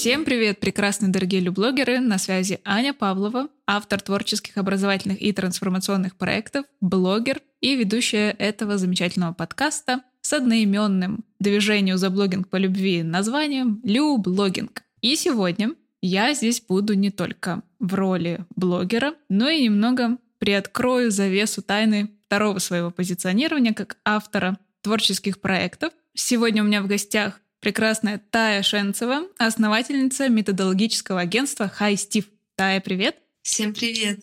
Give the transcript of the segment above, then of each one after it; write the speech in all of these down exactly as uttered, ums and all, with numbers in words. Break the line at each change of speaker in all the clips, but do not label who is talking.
Всем привет, прекрасные дорогие люблогеры! На связи Аня Павлова, автор творческих, образовательных и трансформационных проектов, блогер и ведущая этого замечательного подкаста с одноименным движению за блогинг по любви названием «Люблогинг». И сегодня я здесь буду не только в роли блогера, но и немного приоткрою завесу тайны второго своего позиционирования как автора творческих проектов. Сегодня у меня в гостях прекрасная Тая Шенцева, основательница методологического агентства HiStiff. Тая, привет!
Всем привет!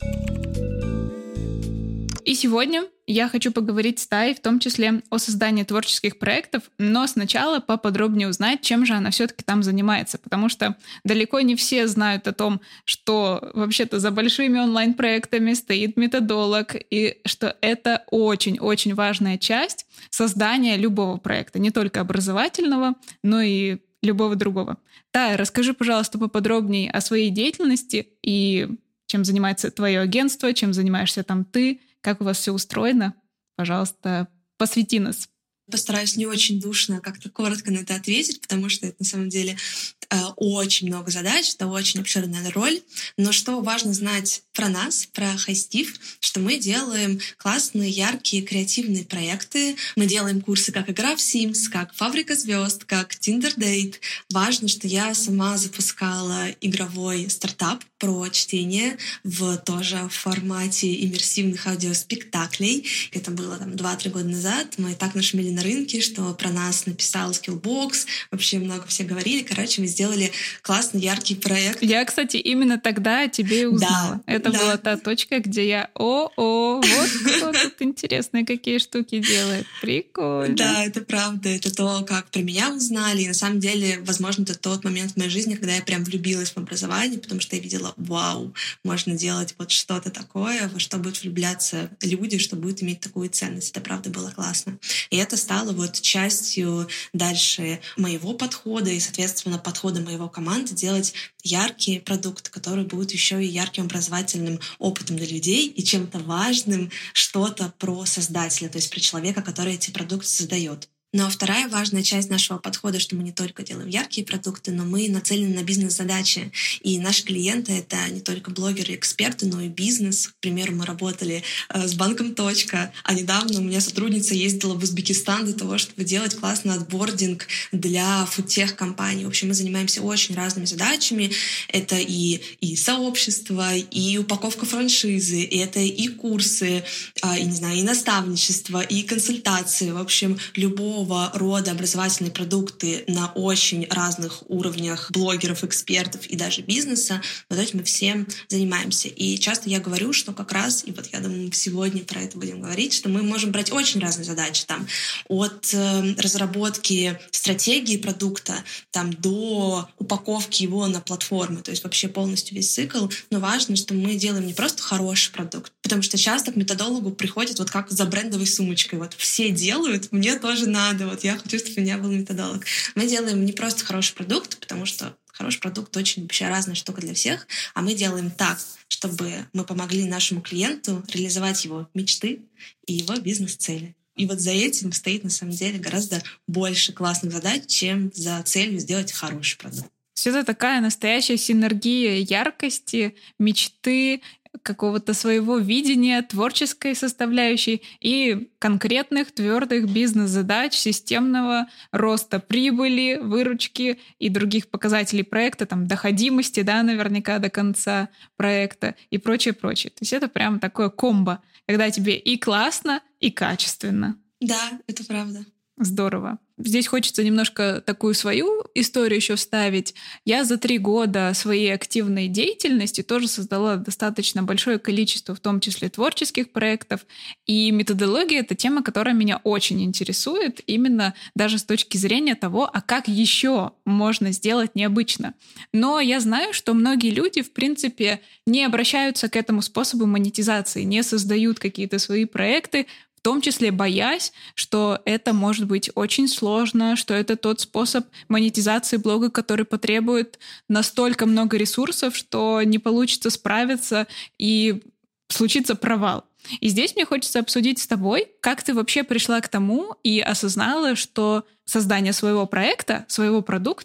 И сегодня я хочу поговорить с Таей в том числе о создании творческих проектов, но сначала поподробнее узнать, чем же она все-таки там занимается, потому что далеко не все знают о том, что вообще-то за большими онлайн-проектами стоит методолог, и что это очень-очень важная часть создания любого проекта, не только образовательного, но и любого другого. Тая, расскажи, пожалуйста, поподробнее о своей деятельности и чем занимается твое агентство, чем занимаешься там ты, как у вас все устроено. Пожалуйста, посвяти нас.
Постараюсь не очень душно как-то коротко на это ответить, потому что это на самом деле э, очень много задач, это очень обширная роль. Но что важно знать про нас, про HiStiff, что мы делаем классные, яркие, креативные проекты. Мы делаем курсы как «Игра в Sims», как «Фабрика звезд», как «Tinder Date». Важно, что я сама запускала игровой стартап про чтение в тоже в формате иммерсивных аудиоспектаклей. Это было там два-три года назад. Мы так нашумели на рынке, что про нас написал Skillbox. Вообще много все говорили. Короче, мы сделали классный, яркий проект.
Я, кстати, именно тогда о тебе и узнала.
Да,
Это
да.
была та точка, где я «О-о, вот кто тут интересные какие штуки делает. Прикольно».
Да, это правда. Это то, как про меня узнали. И на самом деле, возможно, это тот момент в моей жизни, когда я прям влюбилась в образование, потому что я видела, вау, можно делать вот что-то такое, во что будут влюбляться люди, что будет иметь такую ценность. Это правда было классно. И это стало вот частью дальше моего подхода и, соответственно, подхода моего команды делать яркие продукты, которые будут еще и ярким образовательным опытом для людей и чем-то важным, что-то про создателя, то есть про человека, который эти продукты создает. Но вторая важная часть нашего подхода, что мы не только делаем яркие продукты, но мы нацелены на бизнес-задачи. И наши клиенты — это не только блогеры и эксперты, но и бизнес. К примеру, мы работали э, с банком «Точка», а недавно у меня сотрудница ездила в Узбекистан для того, чтобы делать классный отбординг для фудтех-компаний. В общем, мы занимаемся очень разными задачами. Это и, и сообщество, и упаковка франшизы, и это и курсы, э, и, не знаю, и наставничество, и консультации. В общем, любого рода образовательные продукты на очень разных уровнях блогеров, экспертов и даже бизнеса. Вот этим мы всем занимаемся. И часто я говорю, что как раз, и вот я думаю, сегодня про это будем говорить, что мы можем брать очень разные задачи. Там, от э, разработки стратегии продукта там, до упаковки его на платформы. То есть вообще полностью весь цикл. Но важно, что мы делаем не просто хороший продукт, потому что часто к методологу приходят вот как за брендовой сумочкой. Вот все делают, мне тоже надо. Вот я хочу, чтобы у меня был методолог. Мы делаем не просто хороший продукт, потому что хороший продукт очень вообще разная штука для всех, а мы делаем так, чтобы мы помогли нашему клиенту реализовать его мечты и его бизнес-цели. И вот за этим стоит на самом деле гораздо больше классных задач, чем за целью сделать хороший продукт.
Все это такая настоящая синергия яркости, мечты, какого-то своего видения, творческой составляющей и конкретных твердых бизнес-задач, системного роста прибыли, выручки и других показателей проекта, там, доходимости, да, наверняка до конца проекта и прочее, прочее. То есть это прям такое комбо, когда тебе и классно, и качественно.
Да, это правда.
Здорово. Здесь хочется немножко такую свою историю еще вставить. Я за три года своей активной деятельности тоже создала достаточно большое количество, в том числе творческих проектов. И методология — это тема, которая меня очень интересует, именно даже с точки зрения того, а как еще можно сделать необычно. Но я знаю, что многие люди, в принципе, не обращаются к этому способу монетизации, не создают какие-то свои проекты, в том числе боясь, что это может быть очень сложно, что это тот способ монетизации блога, который потребует настолько много ресурсов, что не получится справиться и случится провал. И здесь мне хочется обсудить с тобой, как ты вообще пришла к тому и осознала, что создание своего проекта, своего продукта —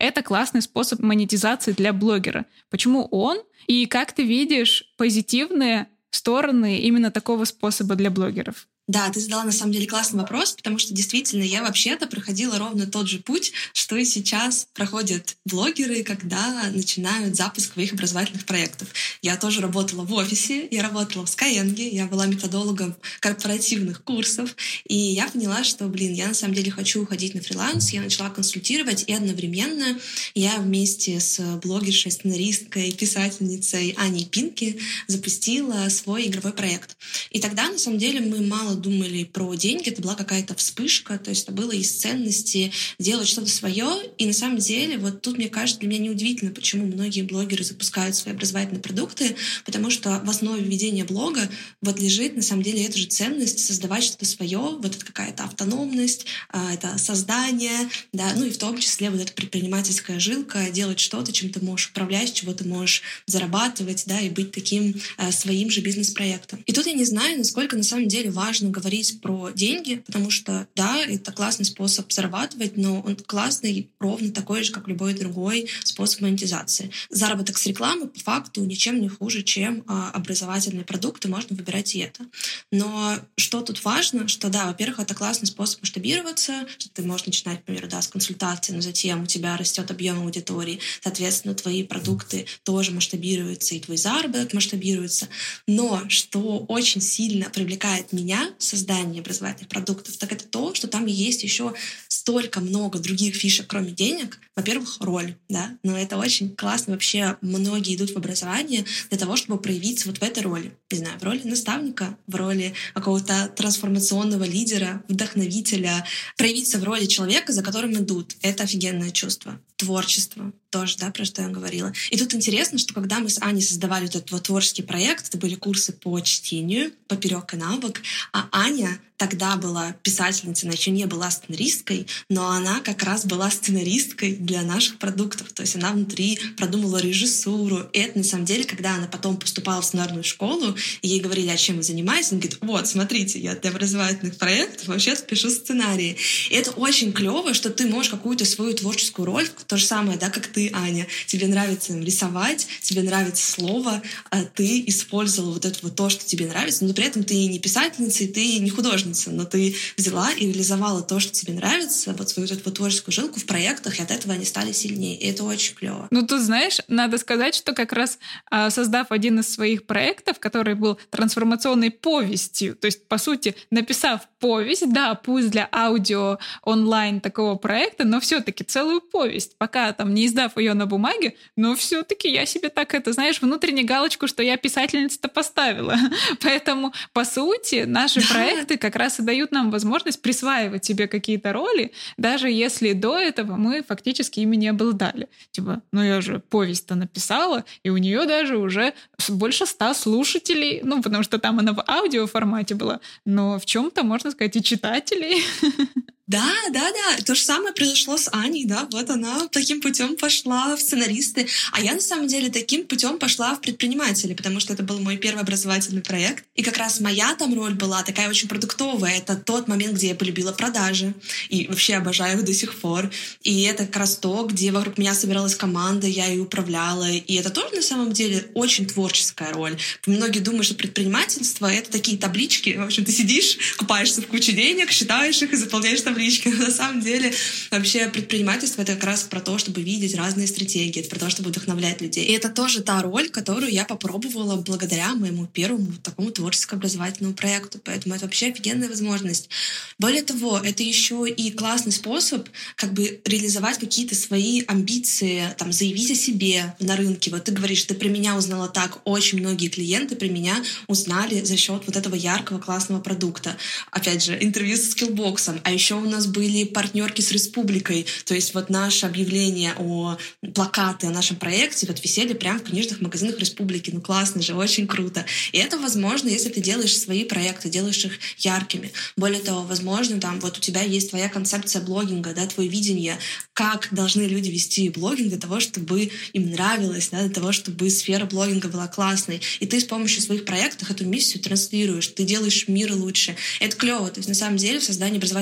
это классный способ монетизации для блогера. Почему он? И как ты видишь позитивные стороны именно такого способа для блогеров?
Да, ты задала на самом деле классный вопрос, потому что действительно я вообще-то проходила ровно тот же путь, что и сейчас проходят блогеры, когда начинают запуск своих образовательных проектов. Я тоже работала в офисе, я работала в Skyeng, я была методологом корпоративных курсов, и я поняла, что, блин, я на самом деле хочу уходить на фриланс, я начала консультировать, и одновременно я вместе с блогершей, сценаристкой, писательницей Аней Пинки запустила свой игровой проект. И тогда, на самом деле, мы мало думали про деньги, это была какая-то вспышка, то есть это было из ценности делать что-то свое, и на самом деле вот тут, мне кажется, для меня неудивительно, почему многие блогеры запускают свои образовательные продукты, потому что в основе ведения блога вот лежит на самом деле эту же ценность создавать что-то свое, вот это какая-то автономность, это создание, да, ну и в том числе вот эта предпринимательская жилка, делать что-то, чем ты можешь управлять, чего ты можешь зарабатывать, да, и быть таким своим же бизнес-проектом. И тут я не знаю, насколько на самом деле важно говорить про деньги, потому что, да, это классный способ зарабатывать, но он классный ровно такой же, как любой другой способ монетизации. Заработок с рекламы по факту ничем не хуже, чем а, образовательные продукты, можно выбирать и это. Но что тут важно, что, да, во-первых, это классный способ масштабироваться, что ты можешь начинать, например, да, с консультации, но затем у тебя растет объем аудитории, соответственно, твои продукты тоже масштабируются, и твой заработок масштабируется. Но что очень сильно привлекает меня в создании образовательных продуктов, так это то, что там есть еще столько много других фишек, кроме денег. Во-первых, роль, да, но это очень классно. Вообще многие идут в образование для того, чтобы проявиться вот в этой роли. Не знаю, в роли наставника, в роли какого-то трансформационного лидера, вдохновителя, проявиться в роли человека, за которым идут. Это офигенное чувство. Творчество тоже, да, про что я говорила. И тут интересно, что когда мы с Аней создавали вот этот вот творческий проект, это были курсы по чтению, поперек и набок, а Аня тогда была писательницей, она еще не была сценаристкой, но она как раз была сценаристкой для наших продуктов. То есть она внутри продумала режиссуру. И это, на самом деле, когда она потом поступала в сценарную школу, и ей говорили, а чем вы занимаетесь? Она говорит, вот, смотрите, я для образовательных проектов вообще пишу сценарии. И это очень клево, что ты можешь какую-то свою творческую роль, то же самое, да, как ты, Аня. Тебе нравится рисовать, тебе нравится слово, а ты использовала вот это вот то, что тебе нравится, но при этом ты не писательница, и ты не художница, но ты взяла и реализовала то, что тебе нравится, вот свою вот эту вот творческую жилку в проектах, и от этого они стали сильнее. И это очень клево.
Ну, тут, знаешь, надо сказать, что как раз создав один из своих проектов, который был трансформационной повестью, то есть, по сути, написав повесть, да, пусть для аудио онлайн такого проекта, но все-таки целую повесть, пока там не издав ее на бумаге, но все-таки я себе так это, знаешь, внутреннюю галочку, что я писательница-то поставила. Поэтому, по сути, наши да. проекты как раз и дают нам возможность присваивать себе какие-то роли, даже если до этого мы фактически ими не обладали. Типа, ну я же повесть-то написала, и у нее даже уже больше ста слушателей, ну потому что там она в аудиоформате была, но в чем-то, можно сказать, и читателей.
Да, да, да. То же самое произошло с Аней, да. Вот она таким путем пошла в сценаристы. А я, на самом деле, таким путем пошла в предприниматели, потому что это был мой первый образовательный проект. И как раз моя там роль была такая очень продуктовая. Это тот момент, где я полюбила продажи. И вообще обожаю их до сих пор. И это как раз то, где вокруг меня собиралась команда, я ее управляла. И это тоже, на самом деле, очень творческая роль. Многие думают, что предпринимательство — это такие таблички. В общем, ты сидишь, купаешься в кучу денег, считаешь их и заполняешь таблички. На самом деле, вообще предпринимательство — это как раз про то, чтобы видеть разные стратегии, это про то, чтобы вдохновлять людей. И это тоже та роль, которую я попробовала благодаря моему первому такому творческо-образовательному проекту. Поэтому это вообще офигенная возможность. Более того, это еще и классный способ как бы реализовать какие-то свои амбиции, там, заявить о себе на рынке. Вот ты говоришь, ты про меня узнала так. Очень многие клиенты про меня узнали за счет вот этого яркого, классного продукта. Опять же, интервью со Skillbox. А еще у нас были партнерки с республикой, то есть вот наше объявление о плакаты о нашем проекте вот висели прямо в книжных магазинах республики. Ну классно же, очень круто. И это возможно, если ты делаешь свои проекты, делаешь их яркими. Более того, возможно, там вот у тебя есть твоя концепция блогинга, да, твое видение, как должны люди вести блогинг для того, чтобы им нравилось, да, для того, чтобы сфера блогинга была классной. И ты с помощью своих проектов эту миссию транслируешь, ты делаешь мир лучше. Это клево. То есть на самом деле в создании образовательных продуктов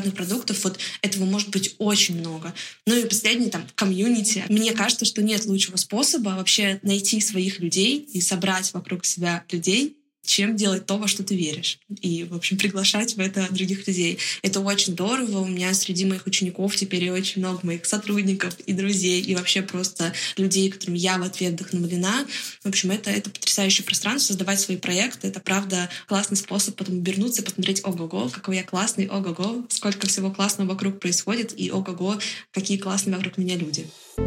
продуктов, вот этого может быть очень много. Ну и последний, там, комьюнити. Мне кажется, что нет лучшего способа вообще найти своих людей и собрать вокруг себя людей, чем делать то, во что ты веришь. И, в общем, приглашать в это других людей. Это очень здорово. У меня среди моих учеников теперь очень много моих сотрудников и друзей, и вообще просто людей, которыми я в ответ вдохновлена. В общем, это, это потрясающее пространство, создавать свои проекты. Это, правда, классный способ потом обернуться и посмотреть: ого-го, какой я классный, ого-го, сколько всего классного вокруг происходит, и ого-го, какие классные вокруг меня люди.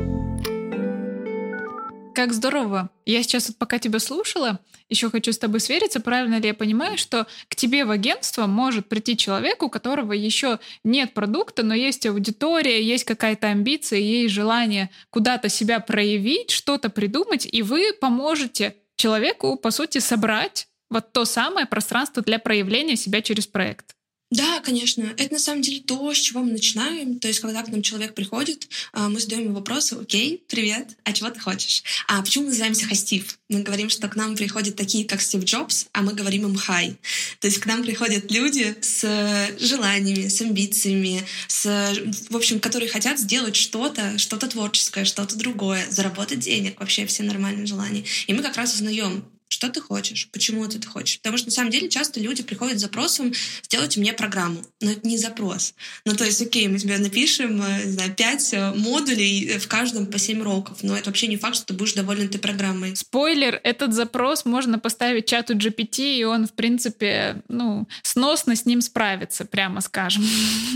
Как здорово. Я сейчас вот пока тебя слушала, еще хочу с тобой свериться, правильно ли я понимаю, что к тебе в агентство может прийти человек, у которого еще нет продукта, но есть аудитория, есть какая-то амбиция, есть желание куда-то себя проявить, что-то придумать, и вы поможете человеку, по сути, собрать вот то самое пространство для проявления себя через проект.
Да, конечно. Это на самом деле то, с чего мы начинаем. То есть, когда к нам человек приходит, мы задаем ему вопросы: окей, привет, а чего ты хочешь? А почему мы называемся Хостив? Мы говорим, что к нам приходят такие, как Стив Джобс, а мы говорим им хай. То есть к нам приходят люди с желаниями, с амбициями, с, в общем, которые хотят сделать что-то, что-то творческое, что-то другое, заработать денег, вообще все нормальные желания. И мы как раз узнаем, что ты хочешь, почему ты это хочешь. Потому что, на самом деле, часто люди приходят с запросом: сделайте мне программу. Но это не запрос. Ну, то есть, окей, мы тебе напишем, не знаю, пять модулей, в каждом по семь уроков, но это вообще не факт, что ты будешь доволен этой программой.
Спойлер, этот запрос можно поставить чату джи пи ти, и он, в принципе, ну, сносно с ним справится, прямо скажем.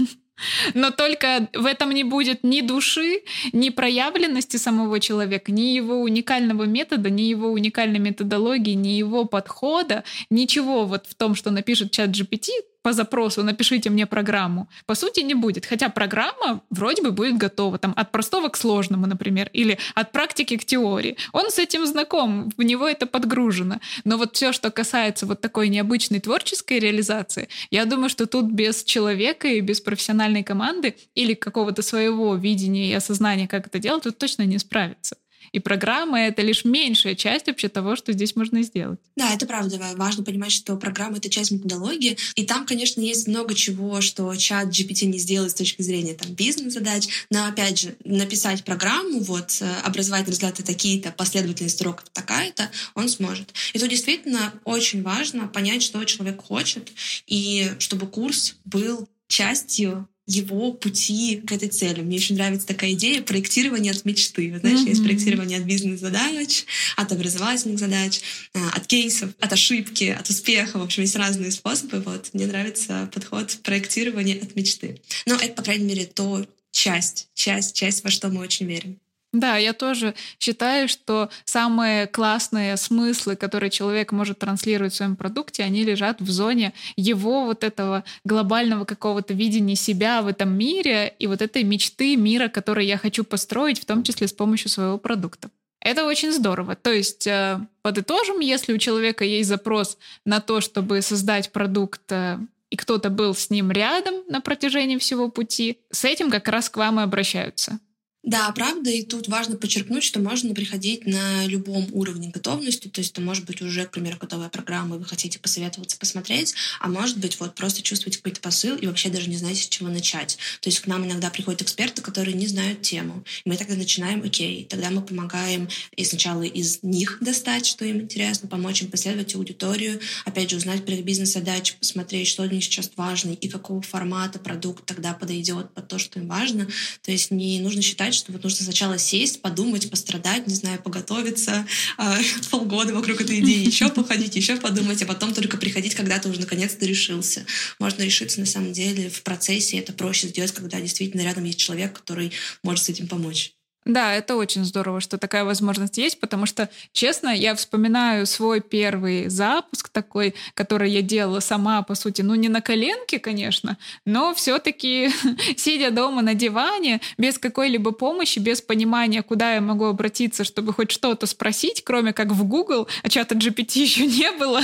Но только в этом не будет ни души, ни проявленности самого человека, ни его уникального метода, ни его уникальной методологии, ни его подхода, ничего вот в том, что напишет чат джи пи ти по запросу «напишите мне программу», по сути, не будет. Хотя программа вроде бы будет готова. Там, от простого к сложному, например, или от практики к теории. Он с этим знаком, в него это подгружено. Но вот все, что касается вот такой необычной творческой реализации, я думаю, что тут без человека и без профессиональной команды или какого-то своего видения и осознания, как это делать, тут точно не справится. И программа — это лишь меньшая часть вообще того, что здесь можно сделать.
Да, это правда. Важно понимать, что программа — это часть методологии. И там, конечно, есть много чего, что чат джи пи ти не сделает с точки зрения там, бизнес-задач. Но, опять же, написать программу, вот, образовательные результаты такие-то, последовательность уроков такая-то, он сможет. И тут действительно очень важно понять, что человек хочет, и чтобы курс был частью его пути к этой цели. Мне очень нравится такая идея проектирования от мечты. Вы знаете, mm-hmm. есть проектирование от бизнес-задач, от образовательных задач, от кейсов, от ошибки, от успеха. В общем, есть разные способы. Вот. Мне нравится подход проектирования от мечты. Но это, по крайней мере, то часть, часть, часть, во что мы очень верим.
Да, я тоже считаю, что самые классные смыслы, которые человек может транслировать в своем продукте, они лежат в зоне его вот этого глобального какого-то видения себя в этом мире и вот этой мечты мира, который я хочу построить, в том числе с помощью своего продукта. Это очень здорово. То есть, подытожим, если у человека есть запрос на то, чтобы создать продукт, и кто-то был с ним рядом на протяжении всего пути, с этим как раз к вам и обращаются.
Да, правда, и тут важно подчеркнуть, что можно приходить на любом уровне готовности, то есть это может быть уже, к примеру, готовая программа, и вы хотите посоветоваться, посмотреть, а может быть вот просто чувствуете какой-то посыл и вообще даже не знаете, с чего начать. То есть к нам иногда приходят эксперты, которые не знают тему, и мы тогда начинаем, окей, тогда мы помогаем и сначала из них достать, что им интересно, помочь им последовать аудиторию, опять же, узнать про их бизнес-задачи, посмотреть, что для них сейчас важно и какого формата продукт тогда подойдет под то, что им важно. То есть не нужно считать, что вот нужно сначала сесть, подумать, пострадать, не знаю, поготовиться, э, полгода вокруг этой идеи, еще походить, еще подумать, а потом только приходить, когда ты уже наконец-то решился. Можно решиться на самом деле в процессе, это проще сделать, когда действительно рядом есть человек, который может с этим помочь.
Да, это очень здорово, что такая возможность есть, потому что, честно, я вспоминаю свой первый запуск такой, который я делала сама, по сути, ну не на коленке, конечно, но все-таки сидя дома на диване, без какой-либо помощи, без понимания, куда я могу обратиться, чтобы хоть что-то спросить, кроме как в Google, а чата джи пи ти еще не было.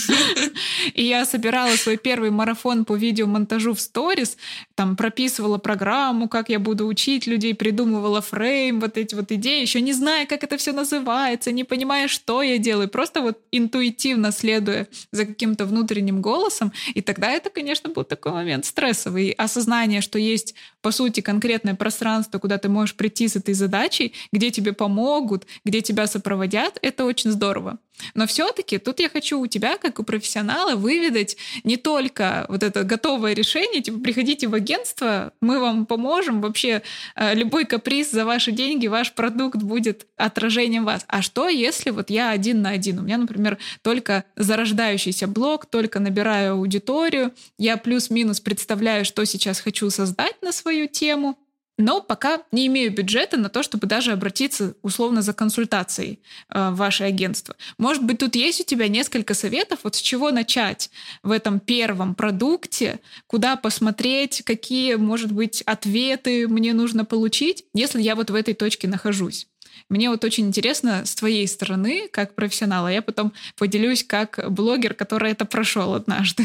И я собирала свой первый марафон по видеомонтажу в сторис, там прописывала программу, как я буду учить людей, придумывала фрейм, им вот эти вот идеи, еще не зная, как это все называется, не понимая, что я делаю, просто вот интуитивно следуя за каким-то внутренним голосом. И тогда это, конечно, был такой момент стрессовый. Осознание, что есть, по сути, конкретное пространство, куда ты можешь прийти с этой задачей, где тебе помогут, где тебя сопроводят, это очень здорово. Но все-таки тут я хочу у тебя, как у профессионала, выведать не только вот это готовое решение, типа приходите в агентство, мы вам поможем, вообще любой каприз за ваши деньги, ваш продукт будет отражением вас. А что, если вот я один на один? У меня, например, только зарождающийся блог, только набираю аудиторию, я плюс-минус представляю, что сейчас хочу создать на свою тему, но пока не имею бюджета на то, чтобы даже обратиться условно за консультацией э, в ваше агентство. Может быть, тут есть у тебя несколько советов, вот с чего начать в этом первом продукте, куда посмотреть, какие, может быть, ответы мне нужно получить, если я вот в этой точке нахожусь. Мне вот очень интересно с твоей стороны, как профессионала. Я потом поделюсь как блогер, который это прошел однажды.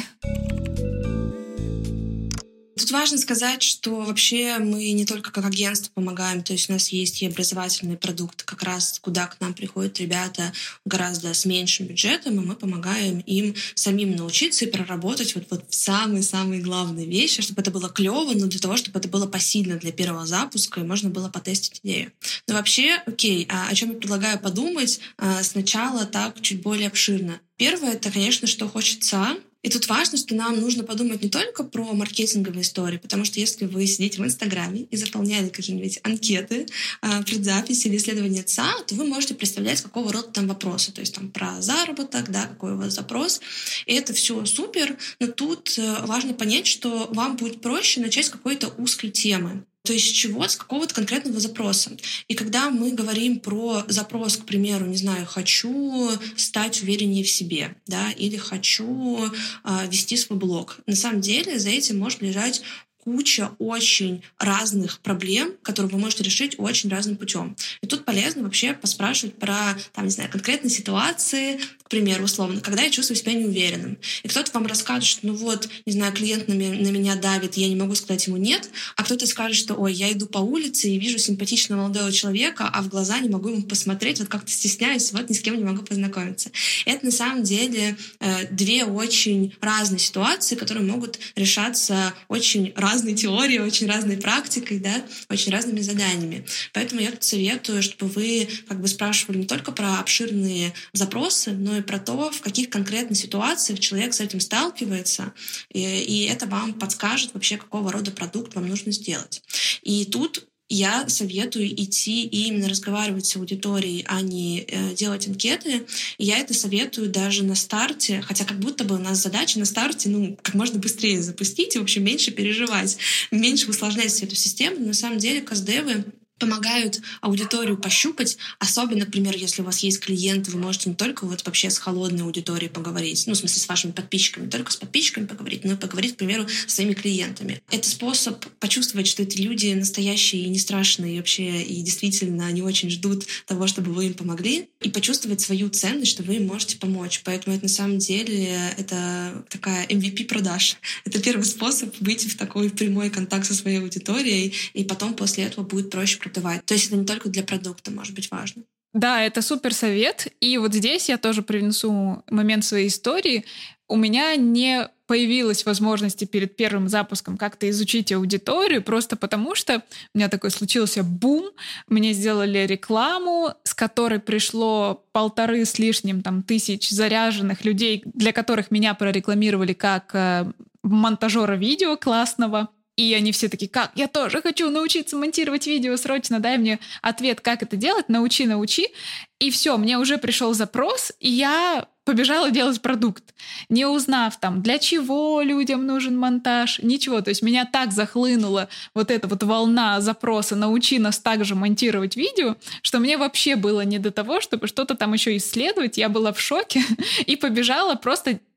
Тут важно сказать, что вообще мы не только как агентство помогаем, то есть у нас есть и образовательный продукт, как раз куда к нам приходят ребята гораздо с меньшим бюджетом, и мы помогаем им самим научиться и проработать вот, вот самые-самые главные вещи, чтобы это было клево, но для того, чтобы это было посильно для первого запуска, и можно было потестить идею. Но вообще, окей, а о чем я предлагаю подумать сначала так чуть более обширно. Первое — это, конечно, что хочется. И тут важно, что нам нужно подумать не только про маркетинговые истории, потому что если вы сидите в Инстаграме и заполняли какие-нибудь анкеты, предзаписи или исследования ЦА, то вы можете представлять, какого рода там вопросы. То есть там про заработок, да, какой у вас запрос. И это все супер, но тут важно понять, что вам будет проще начать с какой-то узкой темы. То есть с чего? С какого-то конкретного запроса. И когда мы говорим про запрос, к примеру, не знаю, хочу стать увереннее в себе, да, или хочу э, вести свой блог, на самом деле за этим может лежать куча очень разных проблем, которые вы можете решить очень разным путем. И тут полезно вообще поспрашивать про, там, не знаю, конкретные ситуации, к примеру, условно, когда я чувствую себя неуверенным. И кто-то вам расскажет, что, ну вот, не знаю, клиент на меня, на меня давит, я не могу сказать ему «нет», а кто-то скажет, что, ой, я иду по улице и вижу симпатичного молодого человека, а в глаза не могу ему посмотреть, вот как-то стесняюсь, вот ни с кем не могу познакомиться. Это на самом деле э, две очень разные ситуации, которые могут решаться очень разной теорией, очень разной практикой, да, очень разными заданиями. Поэтому я тут советую, чтобы вы как бы спрашивали не только про обширные запросы, но и про то, в каких конкретных ситуациях человек с этим сталкивается, и, и это вам подскажет вообще, какого рода продукт вам нужно сделать. И тут я советую идти и именно разговаривать с аудиторией, а не э, делать анкеты. И я это советую даже на старте, хотя как будто бы у нас задача на старте, ну, как можно быстрее запустить и, в общем, меньше переживать, меньше усложнять всю эту систему. Но на самом деле каздевы помогают аудиторию пощупать, особенно, например, если у вас есть клиенты, вы можете не только вот вообще с холодной аудиторией поговорить, ну, в смысле, с вашими подписчиками, не только с подписчиками поговорить, но и поговорить, к примеру, с своими клиентами. Это способ почувствовать, что эти люди настоящие и не страшные, и вообще, и действительно, они очень ждут того, чтобы вы им помогли, и почувствовать свою ценность, что вы им можете помочь. Поэтому это на самом деле это такая эм ви пи продаж. Это первый способ выйти в такой прямой контакт со своей аудиторией, и потом после этого будет проще продавать. То есть это не только для продукта может быть важно.
Да, это супер совет. И вот здесь я тоже привнесу момент своей истории. У меня не появилась возможности перед первым запуском как-то изучить аудиторию, просто потому что у меня такой случился бум. Мне сделали рекламу, с которой пришло полторы с лишним там, тысяч заряженных людей, для которых меня прорекламировали как э, монтажера видео классного. И они все такие, как? Я тоже хочу научиться монтировать видео, срочно дай мне ответ, как это делать, научи, научи. И все, мне уже пришел запрос, и я побежала делать продукт, не узнав там, для чего людям нужен монтаж, ничего. То есть меня так захлынула вот эта вот волна запроса «научи нас также монтировать видео», что мне вообще было не до того, чтобы что-то там еще исследовать. Я была в шоке и побежала просто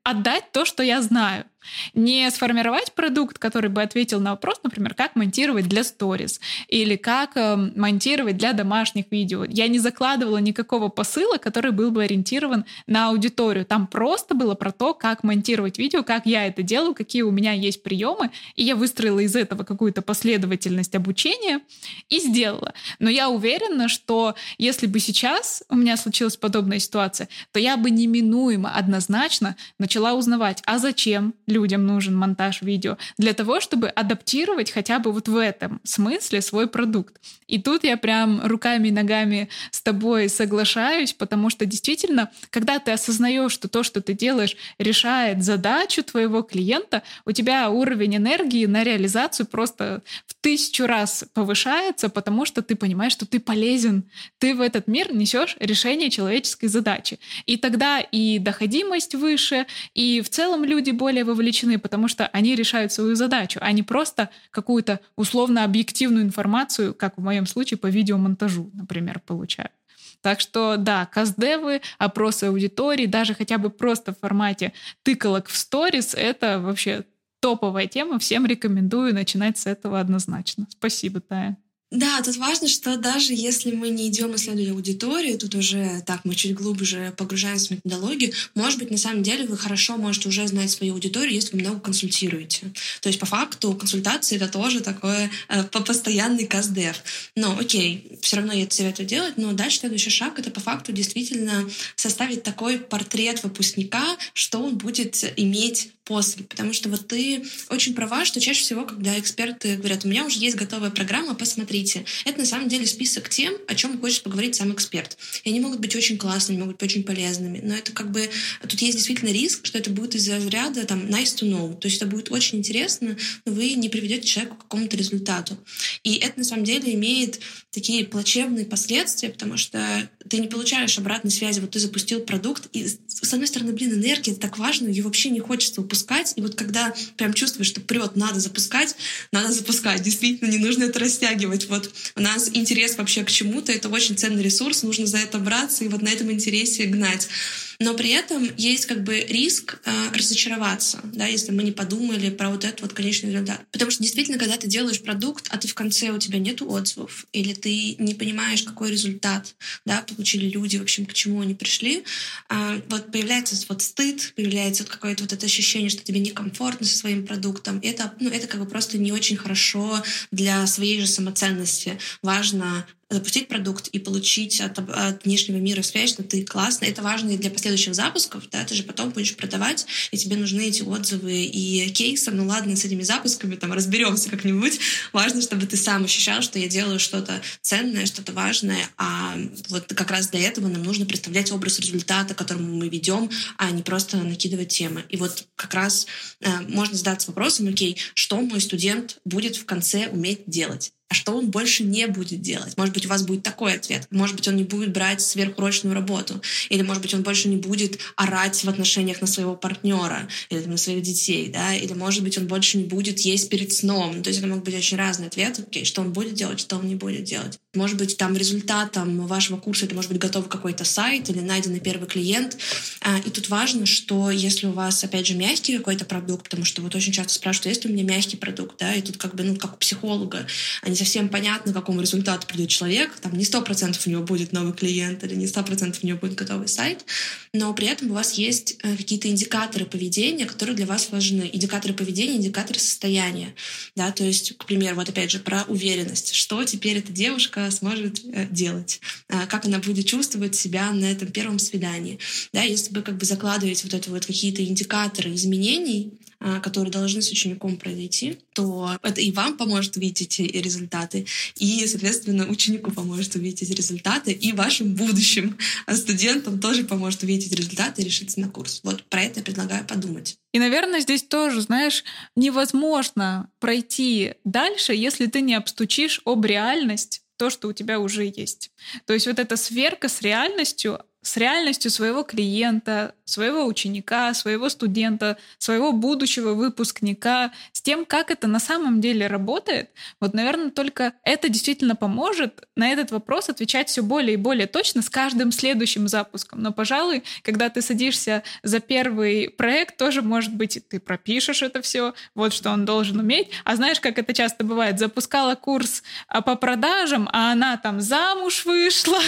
отдать то, что я знаю. Не сформировать продукт, который бы ответил на вопрос, например, как монтировать для сторис или как э, монтировать для домашних видео. Я не закладывала никакого посыла, который был бы ориентирован на аудиторию. Там просто было про то, как монтировать видео, как я это делаю, какие у меня есть приемы. И я выстроила из этого какую-то последовательность обучения и сделала. Но я уверена, что если бы сейчас у меня случилась подобная ситуация, то я бы неминуемо, однозначно начала узнавать, а зачем людям нужен монтаж видео? Для того, чтобы адаптировать хотя бы вот в этом смысле свой продукт. И тут я прям руками и ногами с тобой соглашаюсь, потому что действительно, когда ты осознаешь, что то, что ты делаешь, решает задачу твоего клиента, у тебя уровень энергии на реализацию просто в тысячу раз повышается, потому что ты понимаешь, что ты полезен. Ты в этот мир несешь решение человеческой задачи. И тогда и доходимость выше, и в целом люди более вовлечены, потому что они решают свою задачу, а не просто какую-то условно-объективную информацию, как в моем случае по видеомонтажу, например, получают. Так что да, каздевы, опросы аудитории, даже хотя бы просто в формате тыкалок в сторис, это вообще топовая тема. Всем рекомендую начинать с этого однозначно. Спасибо, Тая.
Да, тут важно, что даже если мы не идем исследовать аудиторию, тут уже так мы чуть глубже погружаемся в методологию, может быть, на самом деле вы хорошо можете уже знать свою аудиторию, если вы много консультируете. То есть, по факту, консультации — это тоже такой э, постоянный каздев. Но окей, все равно я это советую делать, но дальше следующий шаг — это по факту действительно составить такой портрет выпускника, что он будет иметь после. Потому что вот ты очень права, что чаще всего, когда эксперты говорят, у меня уже есть готовая программа, посмотрите. Это на самом деле список тем, о чем хочет поговорить сам эксперт. И они могут быть очень классными, могут быть очень полезными. Но это как бы... Тут есть действительно риск, что это будет из разряда там nice to know. То есть это будет очень интересно, но вы не приведете человека к какому-то результату. И это на самом деле имеет такие плачевные последствия, потому что ты не получаешь обратной связи. Вот ты запустил продукт, и с одной стороны, блин, энергия — это так важно, ее вообще не хочется упускать. И вот когда прям чувствуешь, что прет, надо запускать, надо запускать. Действительно, не нужно это растягивать. Вот у нас интерес вообще к чему-то, это очень ценный ресурс, нужно за это браться и вот на этом интересе гнать. Но при этом есть как бы риск э, разочароваться, да, если мы не подумали про вот этот вот конечный результат. Потому что действительно, когда ты делаешь продукт, а ты в конце, у тебя нету отзывов, или ты не понимаешь, какой результат, да, получили люди, в общем, к чему они пришли, э, вот появляется вот стыд, появляется вот какое-то вот это ощущение, что тебе некомфортно со своим продуктом. Это, ну, это как бы просто не очень хорошо для своей же самоценности. Важно запустить продукт и получить от, от внешнего мира связь, что ты классный. Это важно и для последующих запусков, да, ты же потом будешь продавать, и тебе нужны эти отзывы и кейсы. Ну ладно, с этими запусками там разберемся как-нибудь. Важно, чтобы ты сам ощущал, что я делаю что-то ценное, что-то важное, а вот как раз для этого нам нужно представлять образ результата, к которому мы ведем, а не просто накидывать темы. И вот как раз э, можно задаться вопросом, окей, что мой студент будет в конце уметь делать? А что он больше не будет делать? Может быть, у вас будет такой ответ. Может быть, он не будет брать сверхурочную работу. Или, может быть, он больше не будет орать в отношениях на своего партнера или на своих детей. Да? Или, может быть, он больше не будет есть перед сном. То есть это могут быть очень разные ответы. Окей, что он будет делать, что он не будет делать. Может быть, там результатом вашего курса это может быть готовый какой-то сайт или найденный первый клиент. И тут важно, что если у вас, опять же, мягкий какой-то продукт, потому что вот очень часто спрашивают, есть ли у меня мягкий продукт, да, и тут как бы, ну, как у психолога, они совсем понятно, к какому результату придет человек. Там не сто процентов у него будет новый клиент или не сто процентов у него будет готовый сайт, но при этом у вас есть какие-то индикаторы поведения, которые для вас важны. Индикаторы поведения, индикаторы состояния. Да? То есть, к примеру, вот опять же про уверенность. Что теперь эта девушка сможет делать? Как она будет чувствовать себя на этом первом свидании? Да? Если вы как бы закладываете вот это вот какие-то индикаторы изменений, которые должны с учеником произойти, то это и вам поможет увидеть эти результаты, и, соответственно, ученику поможет увидеть эти результаты, и вашим будущим студентам тоже поможет увидеть результаты и решиться на курс. Вот про это я предлагаю подумать.
И, наверное, здесь тоже, знаешь, невозможно пройти дальше, если ты не обстучишь об реальность то, что у тебя уже есть. То есть вот эта сверка с реальностью, с реальностью своего клиента, своего ученика, своего студента, своего будущего выпускника, с тем, как это на самом деле работает, вот, наверное, только это действительно поможет на этот вопрос отвечать все более и более точно с каждым следующим запуском. Но, пожалуй, когда ты садишься за первый проект, тоже, может быть, ты пропишешь это все, вот что он должен уметь. А знаешь, как это часто бывает? Запускала курс по продажам, а она там замуж вышла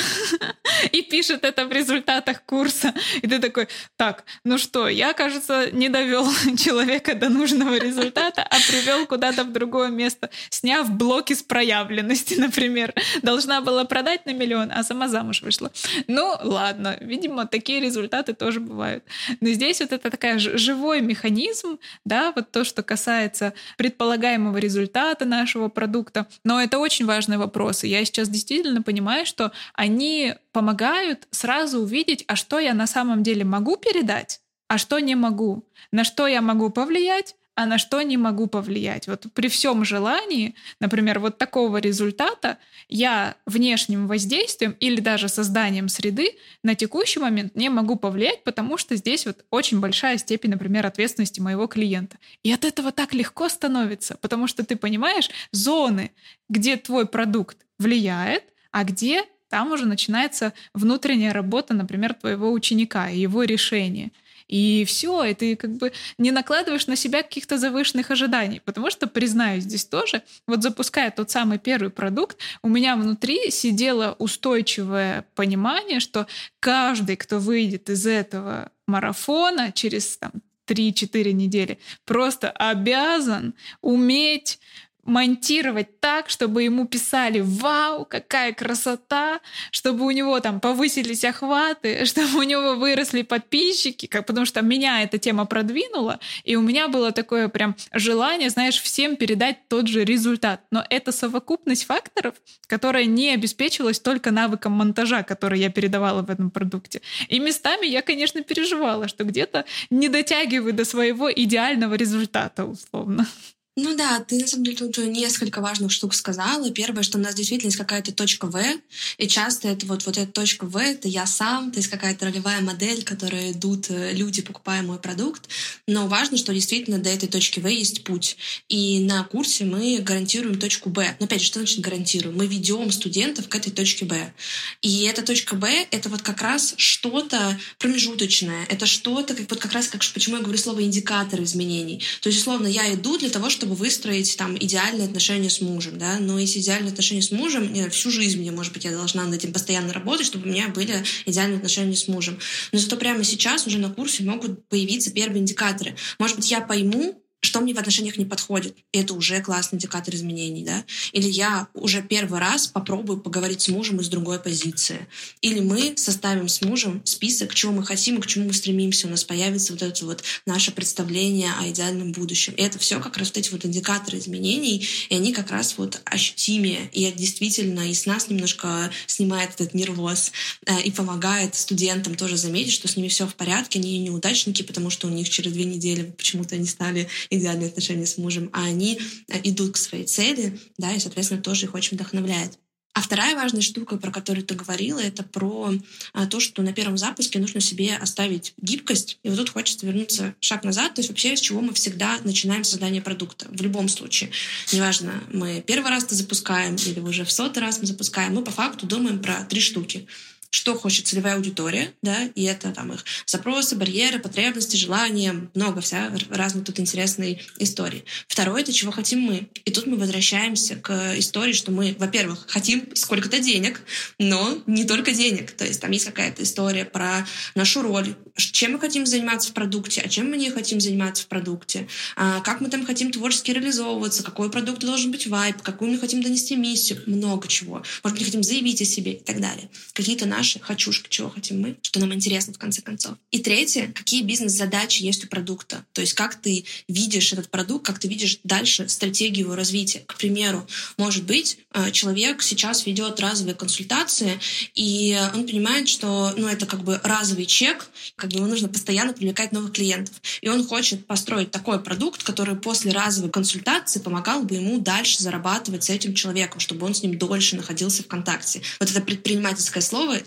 и пишет это в результатах курса. И ты такой: так, ну что, я, кажется, не довел человека до нужного результата, а привел куда-то в другое место, сняв блоки с проявленности, например. Должна была продать на миллион, а сама замуж вышла. Ну, ладно, видимо, такие результаты тоже бывают. Но здесь вот это такой живой механизм, да, вот то, что касается предполагаемого результата нашего продукта. Но это очень важный вопрос. И я сейчас действительно понимаю, что они помогают сразу увидеть, а что я на самом деле могу передать, а что не могу, на что я могу повлиять, а на что не могу повлиять. Вот при всем желании, например, вот такого результата я внешним воздействием или даже созданием среды на текущий момент не могу повлиять, потому что здесь вот очень большая степень, например, ответственности моего клиента. И от этого так легко становится, потому что ты понимаешь зоны, где твой продукт влияет, а где там уже начинается внутренняя работа, например, твоего ученика и его решение. И все, и ты как бы не накладываешь на себя каких-то завышенных ожиданий. Потому что, признаюсь, здесь тоже, вот запуская тот самый первый продукт, у меня внутри сидело устойчивое понимание, что каждый, кто выйдет из этого марафона через там, три-четыре недели, просто обязан уметь монтировать так, чтобы ему писали: «Вау, какая красота!», чтобы у него там повысились охваты, чтобы у него выросли подписчики, как, потому что меня эта тема продвинула, и у меня было такое прям желание, знаешь, всем передать тот же результат. Но это совокупность факторов, которая не обеспечивалась только навыком монтажа, который я передавала в этом продукте. И местами я, конечно, переживала, что где-то не дотягиваю до своего идеального результата, условно.
Ну да, ты на самом деле тут несколько важных штук сказала. Первое, что у нас действительно есть какая-то точка В, и часто это вот, вот эта точка В — это я сам, то есть какая-то ролевая модель, к которой идут люди, покупая мой продукт. Но важно, что действительно до этой точки В есть путь. И на курсе мы гарантируем точку Б. Но опять же, что значит гарантируем? Мы ведем студентов к этой точке Б. И эта точка Б — это вот как раз что-то промежуточное. Это что-то, как, вот как раз, как, почему я говорю слово индикатор изменений. То есть, условно, я иду для того, чтобы выстроить там идеальные отношения с мужем, да, но если идеальные отношения с мужем, не, всю жизнь мне, может быть, я должна над этим постоянно работать, чтобы у меня были идеальные отношения с мужем. Но зато прямо сейчас уже на курсе могут появиться первые индикаторы. Может быть, я пойму, что мне в отношениях не подходит. И это уже классный индикатор изменений, да? Или я уже первый раз попробую поговорить с мужем из другой позиции. Или мы составим с мужем список, к чему мы хотим и к чему мы стремимся. У нас появится вот это вот наше представление о идеальном будущем. И это все как раз вот эти вот индикаторы изменений, и они как раз вот ощутимее. И это действительно и с нас немножко снимает этот нервоз и помогает студентам тоже заметить, что с ними все в порядке, они неудачники, потому что у них через две недели почему-то они стали идеальные отношения с мужем, а они идут к своей цели, да, и, соответственно, тоже их очень вдохновляет. А вторая важная штука, про которую ты говорила, это про то, что на первом запуске нужно себе оставить гибкость. И вот тут хочется вернуться шаг назад. То есть вообще с чего мы всегда начинаем создание продукта. В любом случае. Неважно, мы первый раз это запускаем или уже в сотый раз мы запускаем. Мы по факту думаем про три штуки. Что хочет целевая аудитория, да, и это там их запросы, барьеры, потребности, желания, много вся разных тут интересной истории. Второе — это чего хотим мы. И тут мы возвращаемся к истории, что мы, во-первых, хотим сколько-то денег, но не только денег. То есть там есть какая-то история про нашу роль, чем мы хотим заниматься в продукте, а чем мы не хотим заниматься в продукте, а как мы там хотим творчески реализовываться, какой продукт должен быть вайб, какую мы хотим донести миссию, много чего. Может, мы хотим заявить о себе и так далее. Какие-то наши хочушки, чего хотим мы, что нам интересно в конце концов. И третье, какие бизнес-задачи есть у продукта. То есть как ты видишь этот продукт, как ты видишь дальше стратегию его развития. К примеру, может быть, человек сейчас ведет разовые консультации, и он понимает, что ну, это как бы разовый чек, как бы ему нужно постоянно привлекать новых клиентов. И он хочет построить такой продукт, который после разовой консультации помогал бы ему дальше зарабатывать с этим человеком, чтобы он с ним дольше находился в контакте. Вот это предпринимательское слово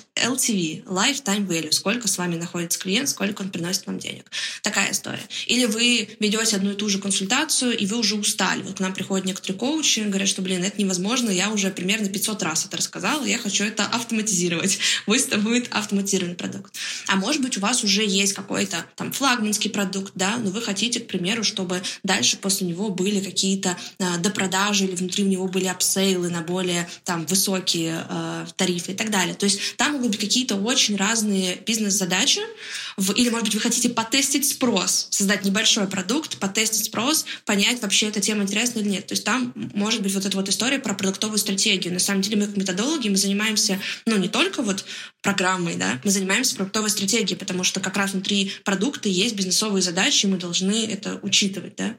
эл ти ви, Lifetime Value, сколько с вами находится клиент, сколько он приносит вам денег. Такая история. Или вы ведете одну и ту же консультацию, и вы уже устали. Вот к нам приходят некоторые коучи, говорят, что, блин, это невозможно, я уже примерно пятьсот раз это рассказала, я хочу это автоматизировать. Пусть это будет автоматизированный продукт. А может быть, у вас уже есть какой-то там флагманский продукт, да, но вы хотите, к примеру, чтобы дальше после него были какие-то э, допродажи, или внутри у него были апсейлы на более там высокие э, тарифы и так далее. То есть там могут быть какие-то очень разные бизнес-задачи, в, или, может быть, вы хотите потестить спрос, создать небольшой продукт, потестить спрос, понять, вообще эта тема интересна или нет. То есть там может быть вот эта вот история про продуктовую стратегию. На самом деле мы как методологи, мы занимаемся, ну, не только вот программой, да, мы занимаемся продуктовой стратегией, потому что как раз внутри продукта есть бизнесовые задачи, и мы должны это учитывать, да.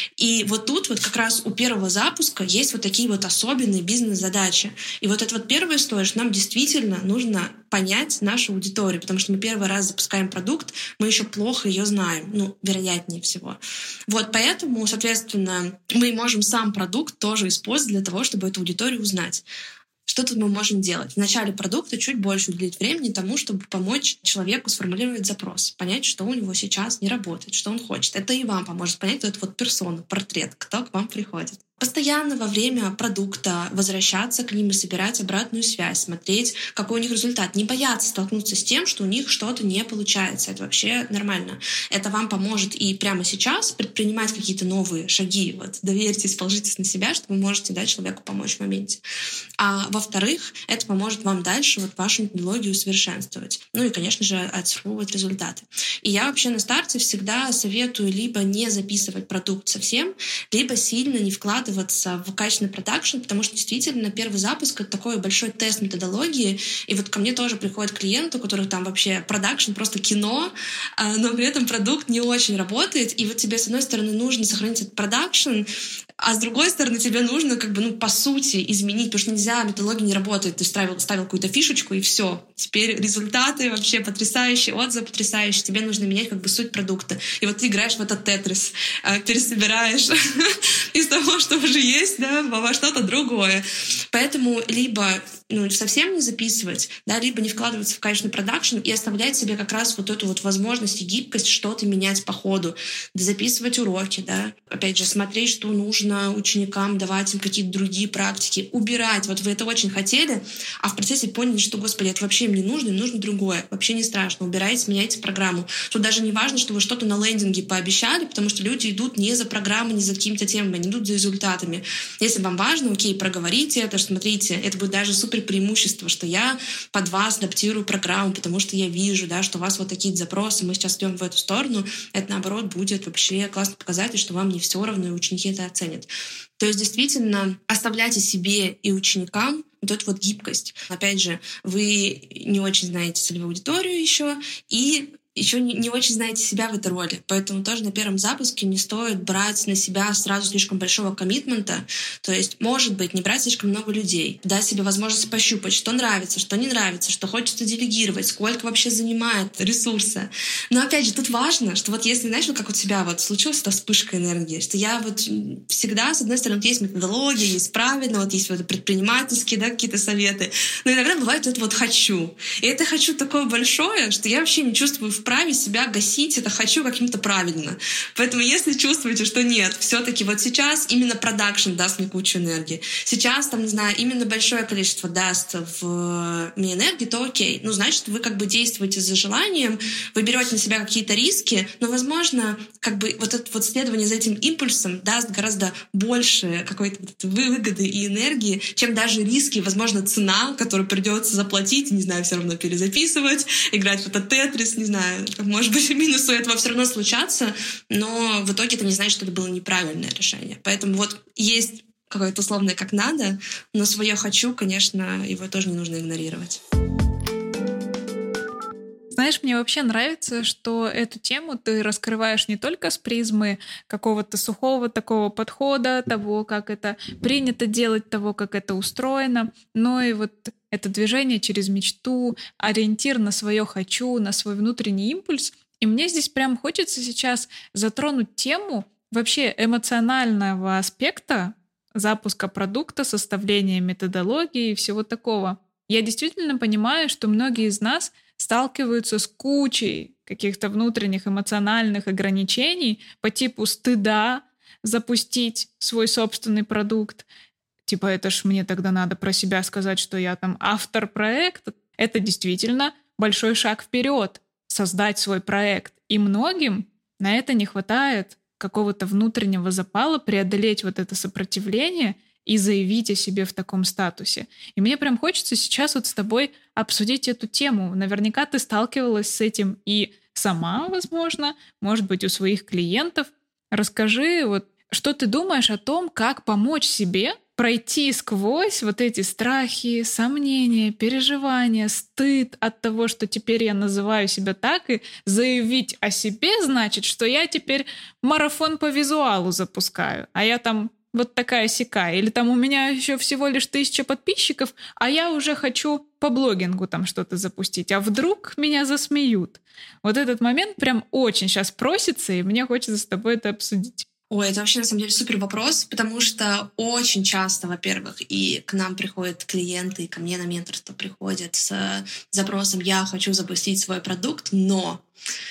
И вот тут вот как раз у первого запуска есть вот такие вот особенные бизнес-задачи. И вот это вот первая история, что нам действительно нужно понять нашу аудиторию, потому что мы первый раз запускаем продукт, мы еще плохо ее знаем, ну, вероятнее всего. Вот поэтому, соответственно, мы можем сам продукт тоже использовать для того, чтобы эту аудиторию узнать. Что тут мы можем делать? В начале продукта чуть больше уделить времени тому, чтобы помочь человеку сформулировать запрос, понять, что у него сейчас не работает, что он хочет. Это и вам поможет понять вот эту вот персону, портрет, кто к вам приходит. Постоянно во время продукта возвращаться к ним и собирать обратную связь, смотреть, какой у них результат. Не бояться столкнуться с тем, что у них что-то не получается. Это вообще нормально. Это вам поможет и прямо сейчас предпринимать какие-то новые шаги. Вот, доверьтесь, положитесь на себя, что вы можете дать человеку помочь в моменте. А во-вторых, это поможет вам дальше вот вашу методологию усовершенствовать. Ну и, конечно же, оцифровывать результаты. И я вообще на старте всегда советую либо не записывать продукт совсем, либо сильно не вкладывать в качественный продакшн, потому что действительно первый запуск — это такой большой тест методологии, и вот ко мне тоже приходят клиенты, у которых там вообще продакшн просто кино, но при этом продукт не очень работает, и вот тебе с одной стороны нужно сохранить этот продакшн, а с другой стороны тебе нужно как бы, ну, по сути изменить, потому что нельзя, методология не работает, ты ставил, ставил какую-то фишечку, и все. Теперь результаты вообще потрясающие, отзывы потрясающие, тебе нужно менять как бы суть продукта. И вот ты играешь в этот тетрис, пересобираешь из того, что уже есть, да, во что-то другое. Поэтому либо ну, совсем не записывать, да, либо не вкладываться в качественный продакшн и оставлять себе как раз вот эту вот возможность и гибкость что-то менять по ходу, да, записывать уроки, да, опять же, смотреть, что нужно ученикам, давать им какие-то другие практики, убирать. Вот вы это очень хотели, а в процессе поняли, что, господи, это вообще им не нужно, им нужно другое. Вообще не страшно. Убирайте, меняйте программу. Тут даже не важно, что вы что-то на лендинге пообещали, потому что люди идут не за программой, не за какими-то темами, они идут за результатами. Если вам важно, окей, проговорите это, смотрите, это будет даже супер преимущество, что я под вас адаптирую программу, потому что я вижу, да, что у вас вот такие запросы, мы сейчас идем в эту сторону, это, наоборот, будет вообще классный показатель, что вам не все равно, и ученики это оценят. То есть, действительно, оставляйте себе и ученикам вот эту вот гибкость. Опять же, вы не очень знаете целевую аудиторию еще, и еще не, не очень знаете себя в этой роли. Поэтому тоже на первом запуске не стоит брать на себя сразу слишком большого коммитмента. То есть, может быть, не брать слишком много людей. Дать себе возможность пощупать, что нравится, что не нравится, что хочется делегировать, сколько вообще занимает ресурса. Но опять же, тут важно, что вот если, знаешь, вот как у тебя вот случилась эта вспышка энергии, что я вот всегда, с одной стороны, вот есть методология, есть правильно, вот есть вот предпринимательские, да, какие-то советы. Но иногда бывает это вот «хочу». И это «хочу» такое большое, что я вообще не чувствую вправе себя гасить это «хочу» каким-то правильно. Поэтому если чувствуете, что нет, все-таки вот сейчас именно продакшн даст мне кучу энергии, сейчас, там, не знаю, именно большое количество даст в мне энергии, то окей. Ну, значит, вы как бы действуете за желанием, вы берете на себя какие-то риски, но, возможно, как бы вот это вот следование за этим импульсом даст гораздо больше какой-то выгоды и энергии, чем даже риски, возможно, цена, которую придется заплатить, не знаю, все равно перезаписывать, играть в этот тетрис, не знаю, может быть, минусы этого все равно случатся, но в итоге это не значит, что это было неправильное решение. Поэтому вот есть какое-то условное «как надо», но свое «хочу», конечно, его тоже не нужно игнорировать.
Знаешь, мне вообще нравится, что эту тему ты раскрываешь не только с призмы какого-то сухого такого подхода, того, как это принято делать, того, как это устроено, но и вот это движение через мечту, ориентир на свое «хочу», на свой внутренний импульс. И мне здесь прям хочется сейчас затронуть тему вообще эмоционального аспекта запуска продукта, составления методологии и всего такого. я действительно понимаю, что многие из нас сталкиваются с кучей каких-то внутренних эмоциональных ограничений по типу стыда запустить свой собственный продукт. Типа, это ж мне тогда надо про себя сказать, что я там автор проекта. Это действительно большой шаг вперед — создать свой проект. И многим на это не хватает какого-то внутреннего запала преодолеть вот это сопротивление и заявить о себе в таком статусе. И мне прям хочется сейчас вот с тобой обсудить эту тему. Наверняка ты сталкивалась с этим и сама, возможно, может быть, у своих клиентов. Расскажи, вот, что ты думаешь о том, как помочь себе пройти сквозь вот эти страхи, сомнения, переживания, стыд от того, что теперь я называю себя так, и заявить о себе значит, что я теперь марафон по визуалу запускаю, а я там вот такая-сякая. Или там у меня еще всего лишь тысяча подписчиков, а я уже хочу по блогингу там что-то запустить. А вдруг меня засмеют? Вот этот момент прям очень сейчас просится, и мне хочется с тобой это обсудить.
Ой, это вообще, на самом деле, супер вопрос, потому что очень часто, во-первых, и к нам приходят клиенты, и ко мне на менторство приходят с запросом «я хочу запустить свой продукт, но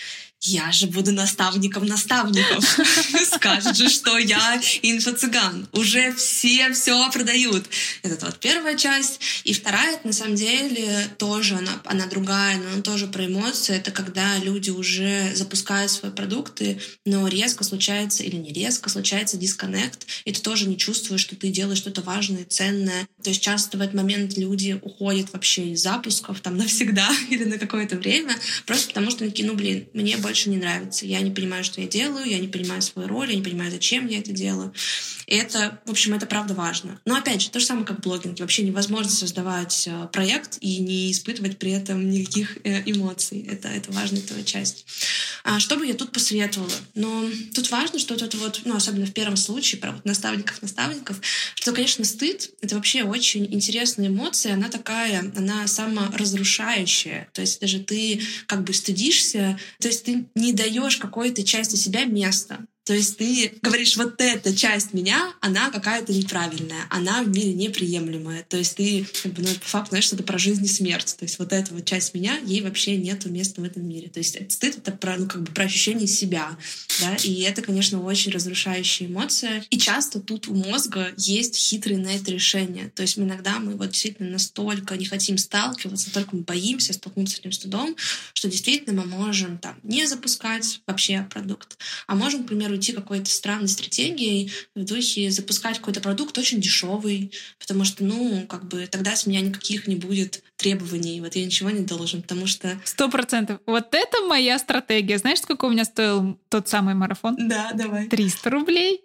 я же буду наставником наставников». Скажет же, что я инфо-цыган. Уже все все продают. Это вот первая часть. И вторая, это на самом деле тоже, она, она другая, но она тоже про эмоции. Это когда люди уже запускают свои продукты, но резко случается, или не резко, случается дисконнект, и ты тоже не чувствуешь, что ты делаешь что-то важное, ценное. То есть часто в этот момент люди уходят вообще из запусков там навсегда или на какое-то время, просто потому что они такие, ну блин, мне больше больше не нравится. Я не понимаю, что я делаю, я не понимаю свою роль, я не понимаю, зачем я это делаю. И это, в общем, это правда важно. Но опять же, то же самое, как в блогинге. Вообще невозможно создавать проект и не испытывать при этом никаких эмоций. Это, это важная твоя часть. А что бы я тут посоветовала? Но тут важно, что тут вот, ну, особенно в первом случае, про вот наставников-наставников, что, конечно, стыд — это вообще очень интересная эмоция. Она такая, она саморазрушающая. То есть даже ты как бы стыдишься, то есть ты не даешь какой-то части себя места. То есть ты говоришь, вот эта часть меня, она какая-то неправильная, она в мире неприемлемая. То есть ты, как бы, ну, по факту, знаешь, что-то про жизнь и смерть. То есть вот эта вот часть меня, ей вообще нету места в этом мире. То есть стыд — это про, ну, как бы про ощущение себя. Да? И это, конечно, очень разрушающая эмоция. И часто тут у мозга есть хитрые на это решения. То есть иногда мы вот действительно настолько не хотим сталкиваться, настолько мы боимся столкнуться с этим стыдом, что действительно мы можем там не запускать вообще продукт, а можем, к примеру, идти какой-то странной стратегией в духе запускать какой-то продукт очень дешевый, потому что, ну, как бы тогда с меня никаких не будет требований, вот я ничего не должен, потому что...
Сто процентов. Вот это моя стратегия. Знаешь, сколько у меня стоил тот самый марафон?
Да, давай.
триста рублей.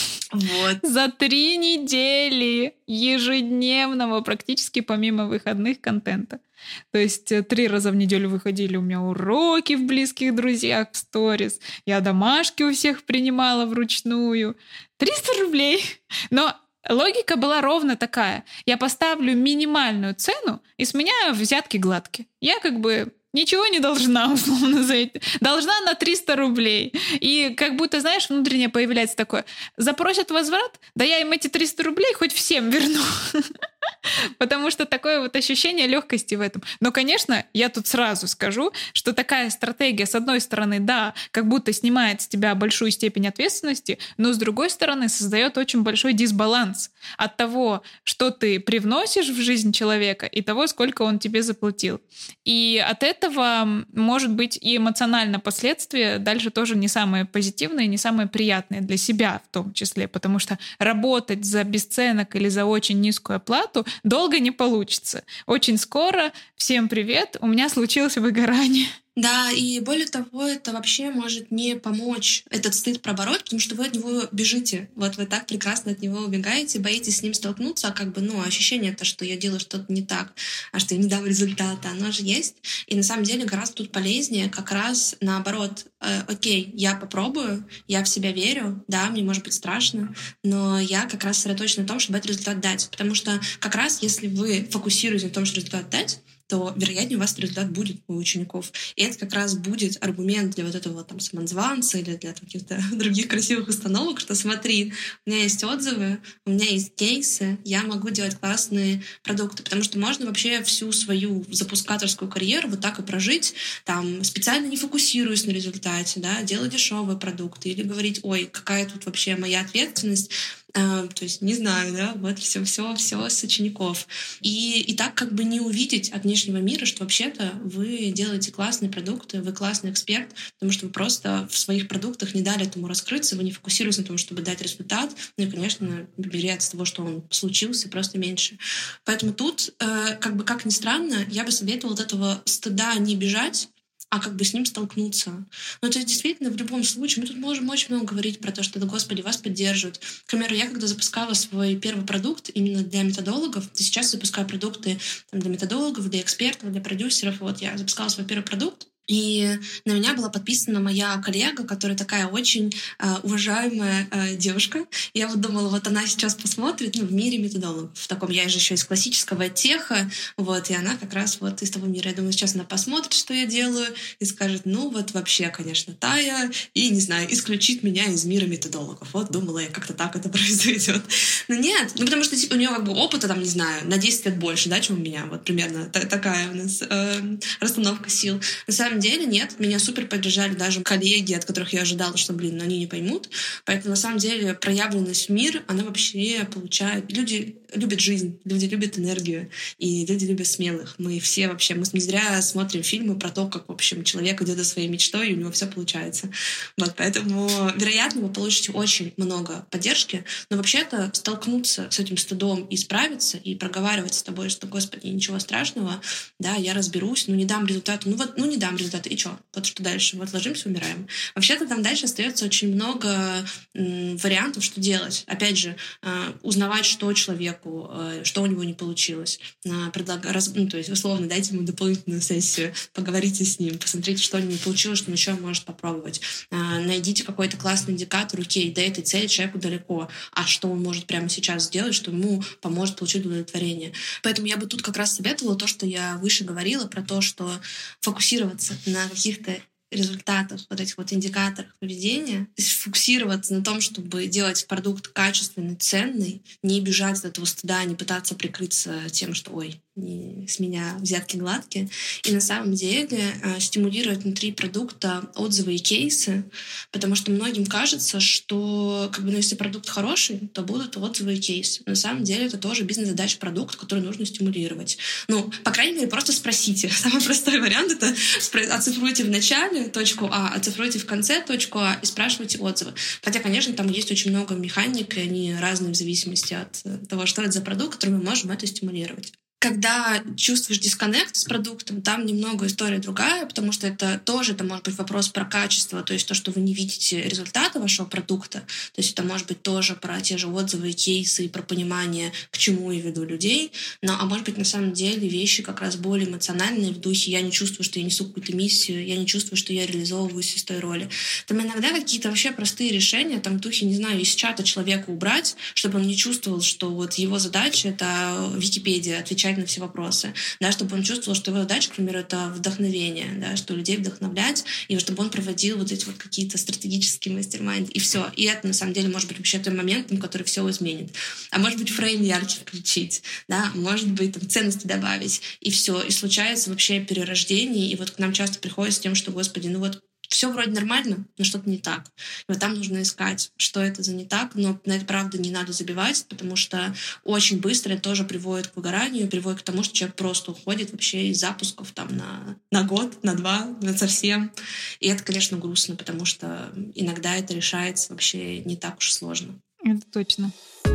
Вот.
За три недели ежедневного, практически помимо выходных, контента. То есть три раза в неделю выходили у меня уроки в близких друзьях, в сторис. Я домашки у всех принимала вручную. триста рублей. Но логика была ровно такая. Я поставлю минимальную цену и с меня взятки гладкие. Я как бы... Ничего не должна, условно, за это. Должна на триста рублей. И как будто, знаешь, внутренне появляется такое: запросят возврат, да я им эти триста рублей хоть всем верну. Потому что такое вот ощущение легкости в этом. Но, конечно, я тут сразу скажу, что такая стратегия, с одной стороны, да, как будто снимает с тебя большую степень ответственности, но, с другой стороны, создает очень большой дисбаланс от того, что ты привносишь в жизнь человека, и того, сколько он тебе заплатил. И от этого, может быть, и эмоционально последствия дальше тоже не самые позитивные, не самые приятные для себя в том числе, потому что работать за бесценок или за очень низкую оплату долго не получится. Очень скоро, всем привет, у меня случилось выгорание.
Да, и более того, это вообще может не помочь этот стыд пробороть, потому что вы от него бежите. Вот вы так прекрасно от него убегаете, боитесь с ним столкнуться, а как бы, ну, ощущение-то, что я делаю что-то не так, а что я не дам результата, оно же есть. И на самом деле гораздо тут полезнее как раз наоборот. Э, окей, я попробую, я в себя верю, да, мне может быть страшно, но я как раз сосредоточена на том, чтобы этот результат дать. Потому что как раз если вы фокусируетесь на том, что результат дать, то, вероятнее, у вас результат будет у учеников. И это как раз будет аргумент для вот этого там самозванца или для каких-то других красивых установок, что смотри, у меня есть отзывы, у меня есть кейсы, я могу делать классные продукты, потому что можно вообще всю свою запускаторскую карьеру вот так и прожить, там, специально не фокусируясь на результате, да, делать дешевые продукты или говорить, ой, какая тут вообще моя ответственность, Uh, то есть не знаю, да, вот все, все, все с учеников. И, и так как бы не увидеть от внешнего мира, что вообще-то вы делаете классные продукты, вы классный эксперт, потому что вы просто в своих продуктах не дали этому раскрыться, вы не фокусируетесь на том, чтобы дать результат, ну и, конечно, берет с того, что он случился, просто меньше. Поэтому тут, uh, как бы, как ни странно, я бы советовала от этого стыда не бежать, а как бы с ним столкнуться. Но то есть действительно в любом случае мы тут можем очень много говорить про то, что, да, Господи, вас поддерживают. К примеру, я когда запускала свой первый продукт именно для методологов, то сейчас запускаю продукты там, для методологов, для экспертов, для продюсеров. Вот я запускала свой первый продукт, и на меня была подписана моя коллега, которая такая очень э, уважаемая э, девушка. Я вот думала, вот она сейчас посмотрит, ну, в мире методологов. В таком, я же еще из классического теха, вот, и она как раз вот из того мира. Я думаю, сейчас она посмотрит, что я делаю, и скажет, ну, вот вообще, конечно, Тая, и, не знаю, исключит меня из мира методологов. Вот, думала я, как-то так это произойдет. Но нет, ну, потому что типа, у нее как бы опыта, там, не знаю, на десять лет больше, да, чем у меня. Вот примерно такая у нас э, расстановка сил. На самом деле нет, меня супер поддержали даже коллеги, от которых я ожидала, что, блин, ну они не поймут. Поэтому на самом деле проявленность в мир, она вообще получает... Люди любят жизнь, люди любят энергию, и люди любят смелых. Мы все вообще, мы не зря смотрим фильмы про то, как, в общем, человек идет за своей мечтой, и у него все получается. Вот, поэтому, вероятно, вы получите очень много поддержки, но вообще-то столкнуться с этим стыдом и справиться, и проговаривать с тобой, что, Господи, ничего страшного, да, я разберусь, ну не дам результата, ну вот, ну не дам результата, и что? Вот что дальше? Вот ложимся, умираем. Вообще-то там дальше остается очень много м, вариантов, что делать. Опять же, э, узнавать, что человеку, э, что у него не получилось. Э, предлаг... раз... ну, то есть, условно, дайте ему дополнительную сессию, поговорите с ним, посмотрите, что у него не получилось, что он еще может попробовать. Э, найдите какой-то классный индикатор, окей, до этой цели человеку далеко, а что он может прямо сейчас сделать, что ему поможет получить удовлетворение. Поэтому я бы тут как раз советовала то, что я выше говорила, про то, что фокусироваться на каких-то результатах, вот этих вот индикаторах поведения, то есть фокусироваться на том, чтобы делать продукт качественный, ценный, не бежать от этого стыда, не пытаться прикрыться тем, что ой, не, с меня взятки гладкие. И на самом деле э, стимулировать внутри продукта отзывы и кейсы, потому что многим кажется, что как бы, ну, если продукт хороший, то будут отзывы и кейсы. Но на самом деле это тоже бизнес-задача продукт, который нужно стимулировать. Ну, по крайней мере, просто спросите. Самый простой вариант — это оцифруйте в начале точку А, оцифруйте в конце точку А и спрашивайте отзывы. Хотя, конечно, там есть очень много механик, и они разные в зависимости от того, что это за продукт, который мы можем это стимулировать. Когда чувствуешь дисконнект с продуктом, там немного история другая, потому что это тоже это может быть вопрос про качество, то есть то, что вы не видите результата вашего продукта. То есть это может быть тоже про те же отзывы, кейсы и про понимание, к чему я веду людей. Но, а может быть, на самом деле вещи как раз более эмоциональные в духе «я не чувствую, что я несу какую-то миссию, я не чувствую, что я реализовываюсь из той роли». Там иногда какие-то вообще простые решения, там в духе, не знаю, из чата человека убрать, чтобы он не чувствовал, что вот его задача — это Википедия, отвечать на все вопросы, да, чтобы он чувствовал, что его задача, к примеру, это вдохновение, да, что людей вдохновлять, и чтобы он проводил вот эти вот какие-то стратегические мастер-майнды, и все. И это, на самом деле, может быть вообще тем моментом, который все изменит. А может быть, фрейм ярче включить, да, может быть, там, ценности добавить, и все. И случается вообще перерождение, и вот к нам часто приходит с тем, что, Господи, ну вот все вроде нормально, но что-то не так. И вот там нужно искать, что это за не так, но на это, правда, не надо забивать, потому что очень быстро это тоже приводит к выгоранию, приводит к тому, что человек просто уходит вообще из запусков там на, на год, на два, на совсем. И это, конечно, грустно, потому что иногда это решается вообще не так уж сложно.
Это точно.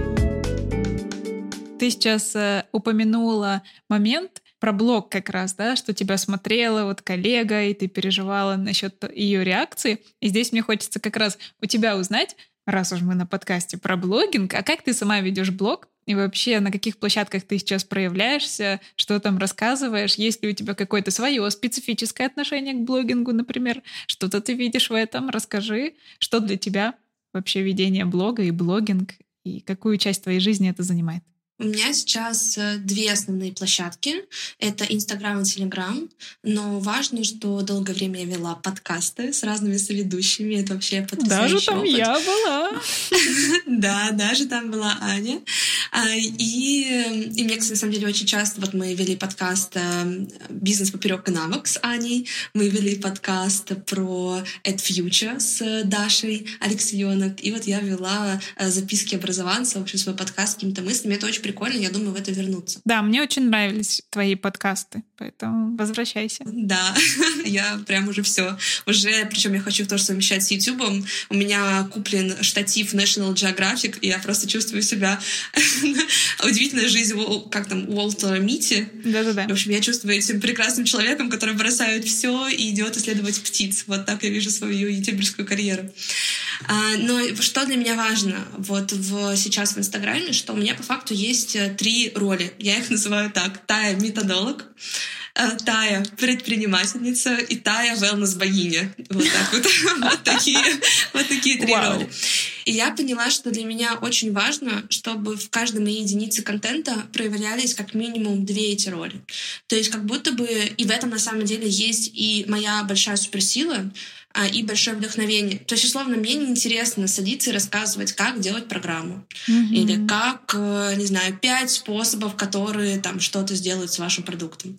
Ты сейчас э, упомянула момент про блог как раз, да, что тебя смотрела вот коллега, и ты переживала насчет ее реакции. И здесь мне хочется как раз у тебя узнать, раз уж мы на подкасте про блогинг, а как ты сама ведешь блог? И вообще, на каких площадках ты сейчас проявляешься, что там рассказываешь? Есть ли у тебя какое-то свое специфическое отношение к блогингу, например? Что-то ты видишь в этом? Расскажи, что для тебя вообще ведение блога и блогинг, и какую часть твоей жизни это занимает?
У меня сейчас две основные площадки. Это Инстаграм и Телеграм. Но важно, что долгое время я вела подкасты с разными соведущими. Это вообще потрясающий
Даже там
опыт.
я была.
Да, даже там была Аня. И, и мне, кстати, на самом деле очень часто вот мы вели подкаст «Бизнес поперек и навык» с Аней. Мы вели подкаст про AdFuture с Дашей Алексеенок. И вот я вела записки образованца, в общем, свой подкаст с какими-то мыслями. Это очень прикольно, я думаю в это вернуться.
Да, мне очень нравились твои подкасты, поэтому возвращайся.
Да, я прям уже все. Уже, причем я хочу тоже совмещать с Ютубом. У меня куплен штатив National Geographic, и я просто чувствую себя удивительная жизнь, как там, Уолтера Митти.
Да-да-да.
В общем, я чувствую этим прекрасным человеком, который бросает все и идет исследовать птиц. Вот так я вижу свою ютуберскую карьеру. Но что для меня важно вот в, сейчас в Инстаграме, что у меня по факту есть три роли. Я их называю так. Тая — методолог, Тая — предпринимательница и Тая — wellness-богиня. Вот так вот. Вот такие, вот такие три
Вау.
роли. И я поняла, что для меня очень важно, чтобы в каждой моей единице контента проявлялись как минимум две эти роли. То есть как будто бы и в этом на самом деле есть и моя большая суперсила, и большое вдохновение. То есть, условно, мне неинтересно садиться и рассказывать, как делать программу. Mm-hmm. Или как, не знаю, пять способов, которые там что-то сделают с вашим продуктом.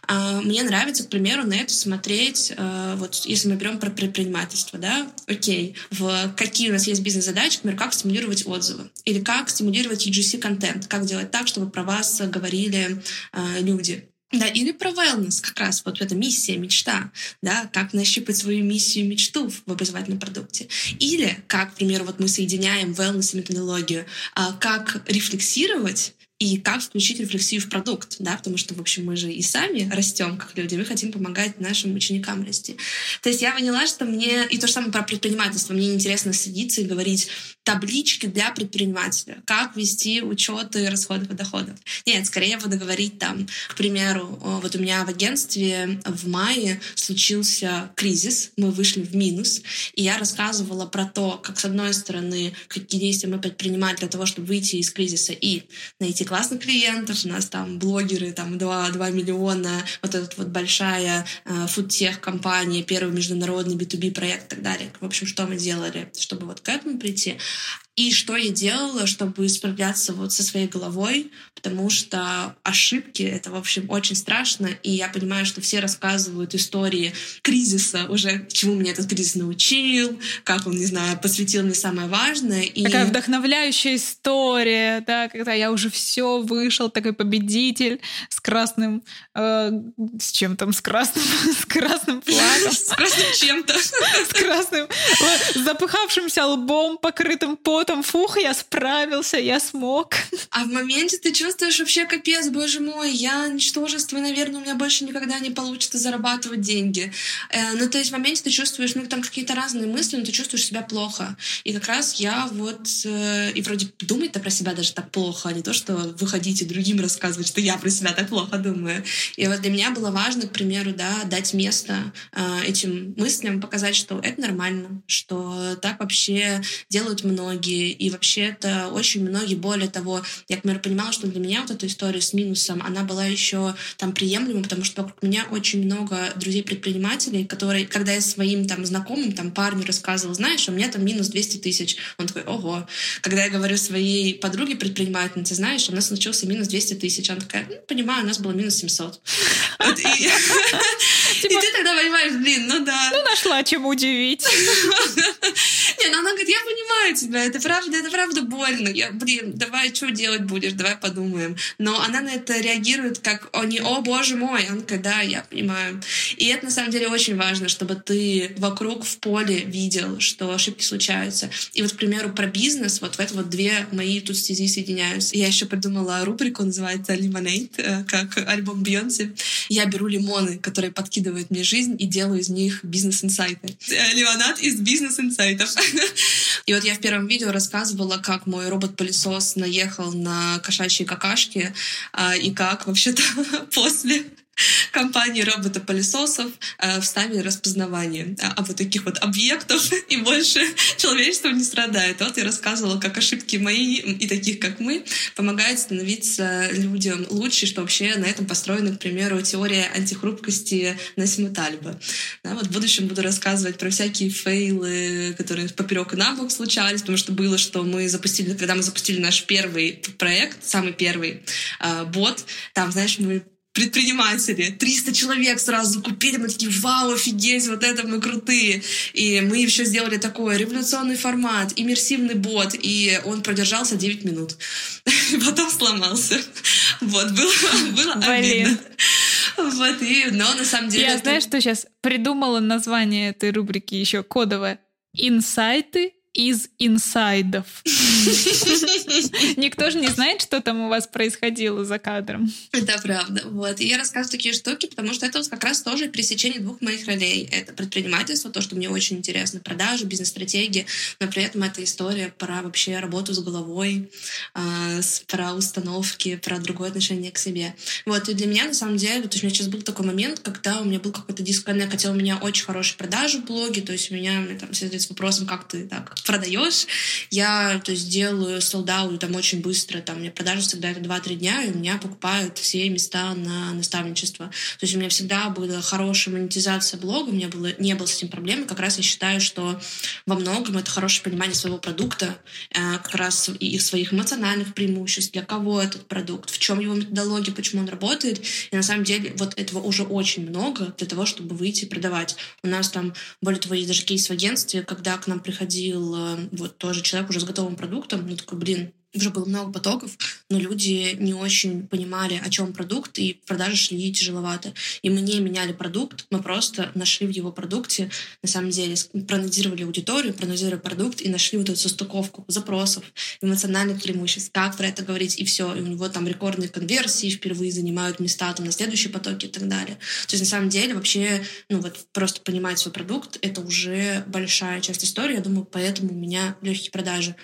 Мне нравится, к примеру, на это смотреть, вот если мы берем про предпринимательство, да, окей, в какие у нас есть бизнес-задачи, например, как стимулировать отзывы. Или как стимулировать ю джи си-контент, как делать так, чтобы про вас говорили люди. Да, или про wellness, как раз вот эта миссия, мечта, да, как нащупать свою миссию, мечту в образовательном продукте. Или, как, к примеру, вот мы соединяем wellness и методологию, как рефлексировать и как включить рефлексию в продукт, да, потому что, в общем, мы же и сами растем как люди, мы хотим помогать нашим ученикам расти. То есть я поняла, что мне, и то же самое про предпринимательство, мне интересно садиться и говорить таблички для предпринимателя, как вести учеты расходов и доходов. Нет, скорее я буду говорить там, к примеру, вот у меня в агентстве в мае случился кризис, мы вышли в минус, и я рассказывала про то, как, с одной стороны, какие действия мы предпринимаем для того, чтобы выйти из кризиса и найти классных клиентов. У нас там блогеры, там два миллиона, вот эта вот большая э, фудтех-компания, первый международный би ту би проект и так далее. В общем, что мы делали, чтобы вот к этому прийти. И что я делала, чтобы справляться вот со своей головой, потому что ошибки — это, в общем, очень страшно, и я понимаю, что все рассказывают истории кризиса уже, чему меня этот кризис научил, как он, не знаю, посвятил мне самое важное. И...
Такая вдохновляющая история, да, когда я уже все вышел, такой победитель с красным, э, с чем там, с красным, с красным флагом.
С красным чем-то.
С красным, с запыхавшимся лбом, покрытым потом. Фух, я справился, я смог.
А в моменте ты чувствуешь вообще капец, боже мой, я ничтожество, и, наверное, у меня больше никогда не получится зарабатывать деньги. Э, ну, то есть в моменте ты чувствуешь, ну, там какие-то разные мысли, но ты чувствуешь себя плохо. И как раз я вот, э, и вроде думать-то про себя даже так плохо, а не то, что выходить и другим рассказывать, что я про себя так плохо думаю. И вот для меня было важно, к примеру, да, дать место э, этим мыслям, показать, что это нормально, что так вообще делают многие. И вообще это очень многие, более того, я, к примеру, понимала, что для меня вот эта история с минусом, она была еще там приемлема, потому что вокруг меня очень много друзей-предпринимателей, которые, когда я своим там знакомым, там парню рассказывала, знаешь, у меня там минус двести тысяч, он такой, ого. Когда я говорю своей подруге-предпринимательнице, знаешь, у нас случился минус двести тысяч, она такая, ну, понимаю, у нас было минус семьсот. И ты тогда понимаешь, блин, ну да.
Ну, нашла чем удивить.
Не, ну она говорит, я понимаю тебя, это правда, это правда больно. Я, блин, давай, что делать будешь, давай подумаем. Но она на это реагирует как, о, не, о боже мой. Она такая, да, я понимаю. И это на самом деле очень важно, чтобы ты вокруг в поле видел, что ошибки случаются. И вот, к примеру, про бизнес, вот в это вот две мои тут стези соединяются. Я еще придумала рубрику, называется Lemonade, как альбом Бейонсе. Я беру лимоны, которые подкидывают мне жизнь, и делаю из них бизнес-инсайты. Лимонад из бизнес-инсайтов. И вот я в первом видео рассказывала, как мой робот-пылесос наехал на кошачьи какашки, и как вообще-то после компании робота-пылесосов э, вставили распознавание а, а вот таких вот объектов, и больше человечество не страдает. Вот я рассказывала, как ошибки мои и таких, как мы, помогают становиться людям лучше, что вообще на этом построена, к примеру, теория антихрупкости Нассима Талеба. Да, вот в будущем буду рассказывать про всякие фейлы, которые поперек и набок случались, потому что было, что мы запустили, когда мы запустили наш первый проект, самый первый э, бот, там, знаешь, мы предприниматели, триста человек сразу купили, мы такие, вау, офигеть, вот это мы крутые. И мы еще сделали такой революционный формат, иммерсивный бот, и он продержался девять минут. И потом сломался. Вот, было, было обидно. Вот, и, но на самом деле...
Я,
это...
знаешь, что сейчас придумала название этой рубрики еще кодовое? «Инсайты из инсайдов». Никто же не знает, что там у вас происходило за кадром.
Это правда. Вот. И я рассказываю такие штуки, потому что это вот как раз тоже пересечение двух моих ролей. Это предпринимательство, то, что мне очень интересно, продажи, бизнес-стратегии, но при этом это история про вообще работу с головой, э, про установки, про другое отношение к себе. Вот. И для меня, на самом деле, то есть у меня сейчас был такой момент, когда у меня был какой-то дисконнект, хотя у меня очень хорошие продажи в блоге, то есть у меня, меня там связывают с вопросом, как ты так продаешь. Я, то есть, делаю солдаут там очень быстро, там у меня продажи всегда это два-три дня, и у меня покупают все места на наставничество. То есть у меня всегда была хорошая монетизация блога, у меня было, не было с этим проблем. Как раз я считаю, что во многом это хорошее понимание своего продукта, как раз и своих эмоциональных преимуществ, для кого этот продукт, в чем его методология, почему он работает. И на самом деле вот этого уже очень много для того, чтобы выйти и продавать. У нас там, более того, есть даже кейс в агентстве, когда к нам приходил вот тоже человек уже с готовым продуктом, ну такой, блин, уже было много потоков, но люди не очень понимали, о чем продукт, и продажи шли тяжеловато. И мы не меняли продукт, мы просто нашли в его продукте, на самом деле, проанализировали аудиторию, проанализировали продукт и нашли вот эту состыковку запросов, эмоциональных преимуществ, как про это говорить, и все. И у него там рекордные конверсии впервые занимают места там на следующие потоки и так далее. То есть на самом деле вообще, ну вот просто понимать свой продукт — это уже большая часть истории. Я думаю, поэтому у меня легкие продажи.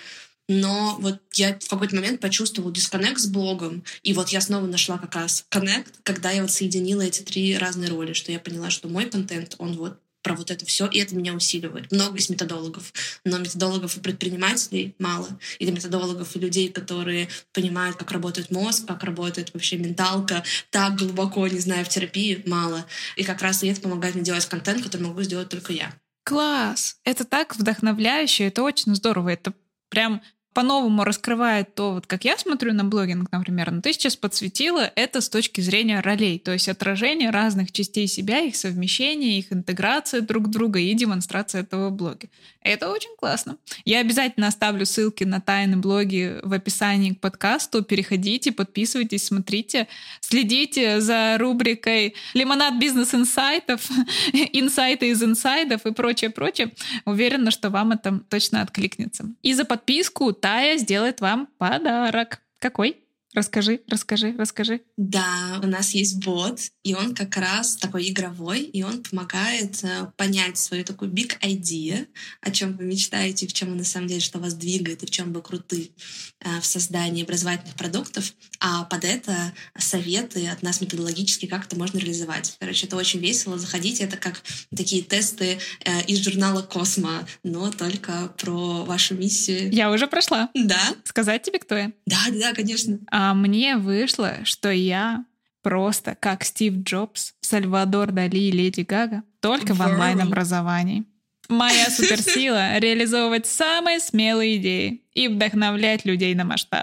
Но вот я в какой-то момент почувствовала дисконнект с блогом, и вот я снова нашла как раз коннект, когда я вот соединила эти три разные роли, что я поняла, что мой контент, он вот про вот это все, и это меня усиливает. Много есть методологов, но методологов и предпринимателей мало. Или методологов и людей, которые понимают, как работает мозг, как работает вообще менталка, так глубоко, не знаю, в терапии, мало. И как раз это помогает мне делать контент, который могу сделать только я.
Класс! Это так вдохновляюще, это очень здорово. Это прям по-новому раскрывает то, вот как я смотрю на блогинг, например, но ты сейчас подсветила это с точки зрения ролей, то есть отражение разных частей себя, их совмещение, их интеграция друг в друга и демонстрация этого блога. Это очень классно. Я обязательно оставлю ссылки на тайны блоги в описании к подкасту. Переходите, подписывайтесь, смотрите, следите за рубрикой «Лимонад бизнес-инсайтов», «Инсайты из инсайдов» и прочее-прочее. Уверена, что вам это точно откликнется. И за подписку Тая сделает вам подарок. Какой? Расскажи, расскажи, расскажи.
Да, у нас есть бот, и он как раз такой игровой, и он помогает э, понять свою такую big idea, о чем вы мечтаете, в чем вы на самом деле, что вас двигает, и в чем вы круты э, в создании образовательных продуктов, а под это советы от нас методологические, как это можно реализовать. Короче, это очень весело. Заходите, это как такие тесты э, из журнала «Космо», но только про вашу миссию.
Я уже прошла.
Да?
Сказать тебе, кто я?
Да, да, конечно.
А мне вышло, что я просто как Стив Джобс, Сальвадор Дали и Леди Гага, только в онлайн-образовании. Моя суперсила — реализовывать самые смелые идеи и вдохновлять людей на масштаб.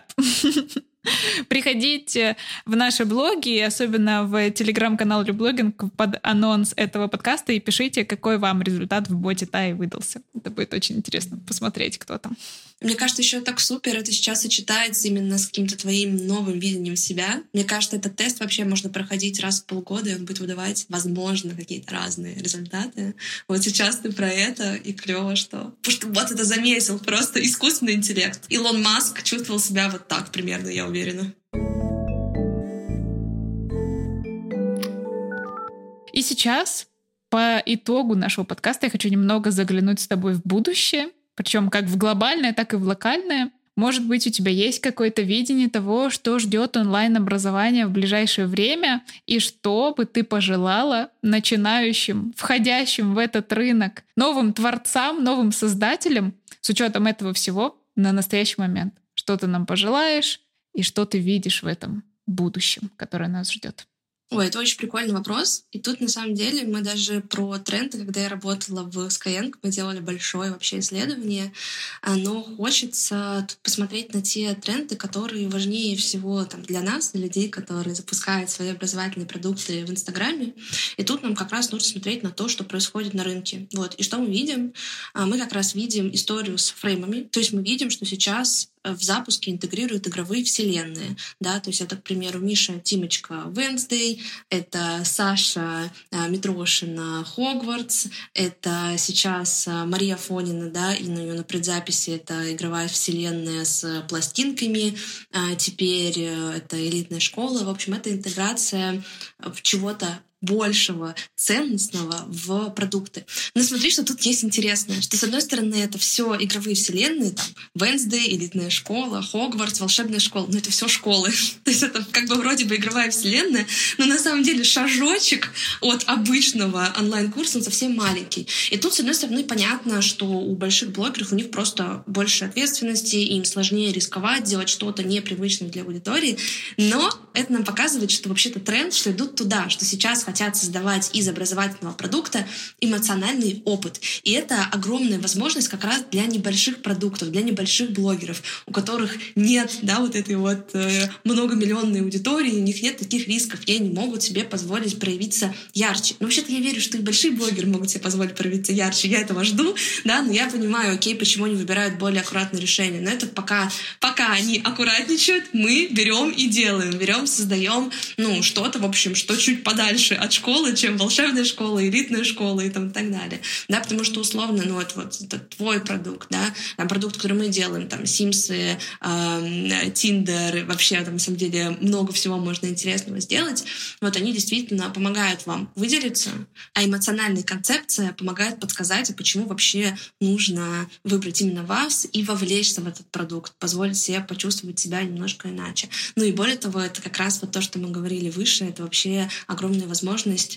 Приходите в наши блоги, особенно в телеграм-канал Люблогинг, под анонс этого подкаста и пишите, какой вам результат в боте Таи выдался. Это будет очень интересно посмотреть, кто там.
Мне кажется, еще так супер это сейчас сочетается именно с каким-то твоим новым видением себя. Мне кажется, этот тест вообще можно проходить раз в полгода, и он будет выдавать, возможно, какие-то разные результаты. Вот сейчас ты про это, и клево, что... Потому что вот это замесил просто искусственный интеллект. Илон Маск чувствовал себя вот так примерно, я уверена.
И сейчас, по итогу нашего подкаста, я хочу немного заглянуть с тобой в будущее, причем как в глобальное, так и в локальное. Может быть, у тебя есть какое-то видение того, что ждет онлайн-образование в ближайшее время, и что бы ты пожелала начинающим, входящим в этот рынок, новым творцам, новым создателям, с учетом этого всего на настоящий момент? Что ты нам пожелаешь и что ты видишь в этом будущем, которое нас ждет?
Ой, это очень прикольный вопрос. И тут, на самом деле, мы даже про тренды, когда я работала в Skyeng, мы делали большое вообще исследование, но хочется тут посмотреть на те тренды, которые важнее всего там, для нас, для людей, которые запускают свои образовательные продукты в Инстаграме. И тут нам как раз нужно смотреть на то, что происходит на рынке. Вот. И что мы видим? Мы как раз видим историю с фреймами. То есть мы видим, что сейчас в запуске интегрируют игровые вселенные. Да? То есть это, к примеру, Миша Тимочка Wednesday, это Саша Митрошина Хогвартс, это сейчас Мария Фонина, да, и на ее на предзаписи это игровая вселенная с пластинками, а теперь это элитная школа. В общем, это интеграция в чего-то большего, ценностного в продукты. Но смотри, что тут есть интересное, что, с одной стороны, это все игровые вселенные, там, Wednesday, элитная школа, Хогвартс, волшебная школа, но это все школы. То есть это как бы вроде бы игровая вселенная, но на самом деле шажочек от обычного онлайн-курса он совсем маленький. И тут, с одной стороны, понятно, что у больших блогеров у них просто больше ответственности, им сложнее рисковать, делать что-то непривычное для аудитории, но это нам показывает, что вообще-то тренд, что идут туда, что сейчас хотят создавать из образовательного продукта эмоциональный опыт. И это огромная возможность как раз для небольших продуктов, для небольших блогеров, у которых нет, да, вот этой вот э, многомиллионной аудитории, у них нет таких рисков, и они могут себе позволить проявиться ярче. Но вообще-то я верю, что и большие блогеры могут себе позволить проявиться ярче. Я этого жду, да, но я понимаю, окей, почему они выбирают более аккуратные решения. Но это пока, пока они аккуратничают, мы берем и делаем, берем, создаем, ну, что-то, в общем, что чуть подальше от школы, чем волшебная школа, элитная школа и, там, и так далее. Да, потому что условно, ну, это вот это твой продукт, да, там, продукт, который мы делаем, там, Симсы, Тиндер, вообще, там, на самом деле, много всего можно интересного сделать. Вот они действительно помогают вам выделиться, а эмоциональная концепция помогает подсказать, а почему вообще нужно выбрать именно вас и вовлечься в этот продукт, позволить себе почувствовать себя немножко иначе. Ну и более того, это как раз вот то, что мы говорили выше, это вообще огромная возможность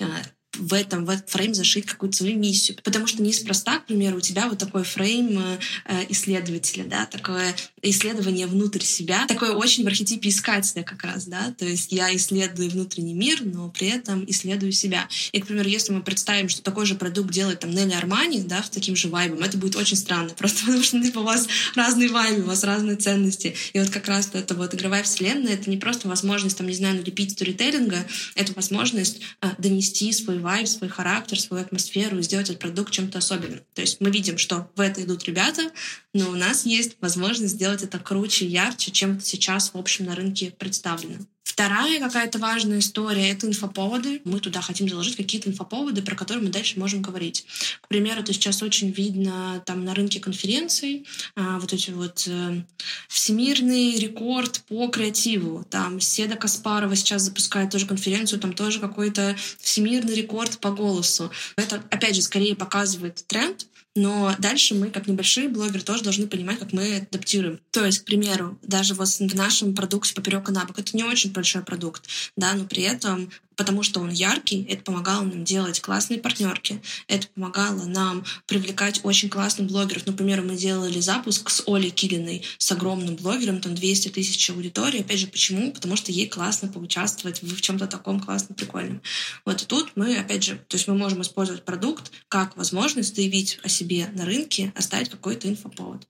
в этом, в этот фрейм зашить какую-то свою миссию. Потому что неспроста, к примеру, у тебя вот такой фрейм э, исследователя, да, такое исследование внутрь себя, такое очень в архетипе искателя как раз, да, то есть я исследую внутренний мир, но при этом исследую себя. И, к примеру, если мы представим, что такой же продукт делает там Нелли Армани, да, с таким же вайбом, это будет очень странно, просто потому что типа, у вас разные вайбы, у вас разные ценности. И вот как раз это вот игровая вселенная, это не просто возможность, там, не знаю, налепить сторителлинга, это возможность э, донести свой вайб, свой характер, свою атмосферу и сделать этот продукт чем-то особенным. То есть мы видим, что в это идут ребята, но у нас есть возможность сделать это круче и ярче, чем это сейчас в общем на рынке представлено. Вторая какая-то важная история — это инфоповоды. Мы туда хотим заложить какие-то инфоповоды, про которые мы дальше можем говорить. К примеру, это сейчас очень видно там на рынке конференций, а, вот эти вот э, всемирный рекорд по креативу. Там Седа Каспарова сейчас запускает тоже конференцию, там тоже какой-то всемирный рекорд по голосу. Это, опять же, скорее показывает тренд, но дальше мы, как небольшие блогеры, тоже должны понимать, как мы адаптируем. То есть, к примеру, даже вот в нашем продукте «Поперек и набок» это не очень большой продукт, да, но при этом, потому что он яркий, это помогало нам делать классные партнерки, это помогало нам привлекать очень классных блогеров. Например, мы делали запуск с Олей Килиной, с огромным блогером, там двести тысяч аудитории. Опять же, почему? Потому что ей классно поучаствовать в чем-то таком классном, прикольном. Вот и тут мы, опять же, то есть мы можем использовать продукт как возможность заявить о себе на рынке, оставить какой-то инфоповод.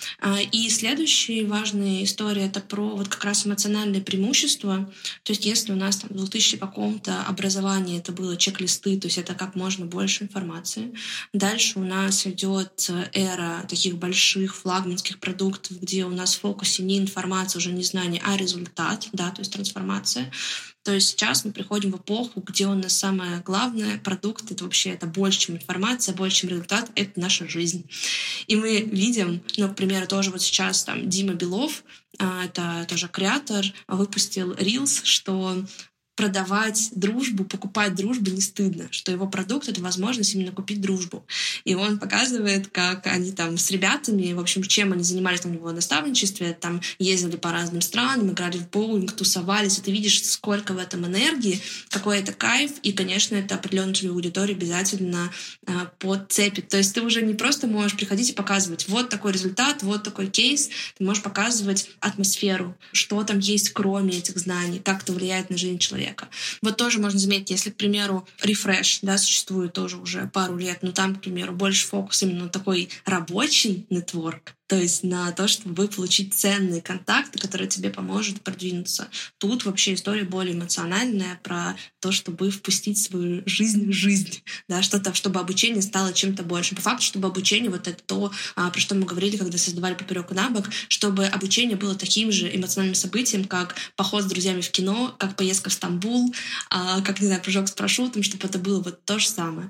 И следующая важная история — это про вот как раз эмоциональное преимущество. То есть если у нас там в двухтысячном каком-то образовании это было чек-листы, то есть это как можно больше информации. Дальше у нас идет эра таких больших флагманских продуктов, где у нас в фокусе не информация, уже не знание, а результат, да, то есть трансформация. То есть сейчас мы приходим в эпоху, где у нас самое главное продукт — это вообще это больше, чем информация, больше, чем результат — это наша жизнь. И мы видим, ну, к примеру, тоже вот сейчас там Дима Белов, это тоже креатор, выпустил Reels, что продавать дружбу, покупать дружбу не стыдно, что его продукт — это возможность именно купить дружбу. И он показывает, как они там с ребятами, в общем, чем они занимались там в его наставничестве, там ездили по разным странам, играли в боулинг, тусовались, и ты видишь, сколько в этом энергии, какой это кайф, и, конечно, это определенную свою аудиторию обязательно э, подцепит. То есть ты уже не просто можешь приходить и показывать, вот такой результат, вот такой кейс, ты можешь показывать атмосферу, что там есть кроме этих знаний, как это влияет на жизнь человека. Вот тоже можно заметить, если, к примеру, Refresh, да, существует тоже уже пару лет, но там, к примеру, больше фокус именно на такой рабочий нетворк, то есть на то, чтобы получить ценные контакты, которые тебе поможет продвинуться. Тут вообще история более эмоциональная про то, чтобы впустить в свою жизнь жизнь, да, что-то, чтобы обучение стало чем-то большим. По факту, чтобы обучение, вот это то, про что мы говорили, когда создавали «Поперек и набок», чтобы обучение было таким же эмоциональным событием, как поход с друзьями в кино, как поездка в Стамбул, как, не знаю, прыжок с парашютом, чтобы это было вот то же самое.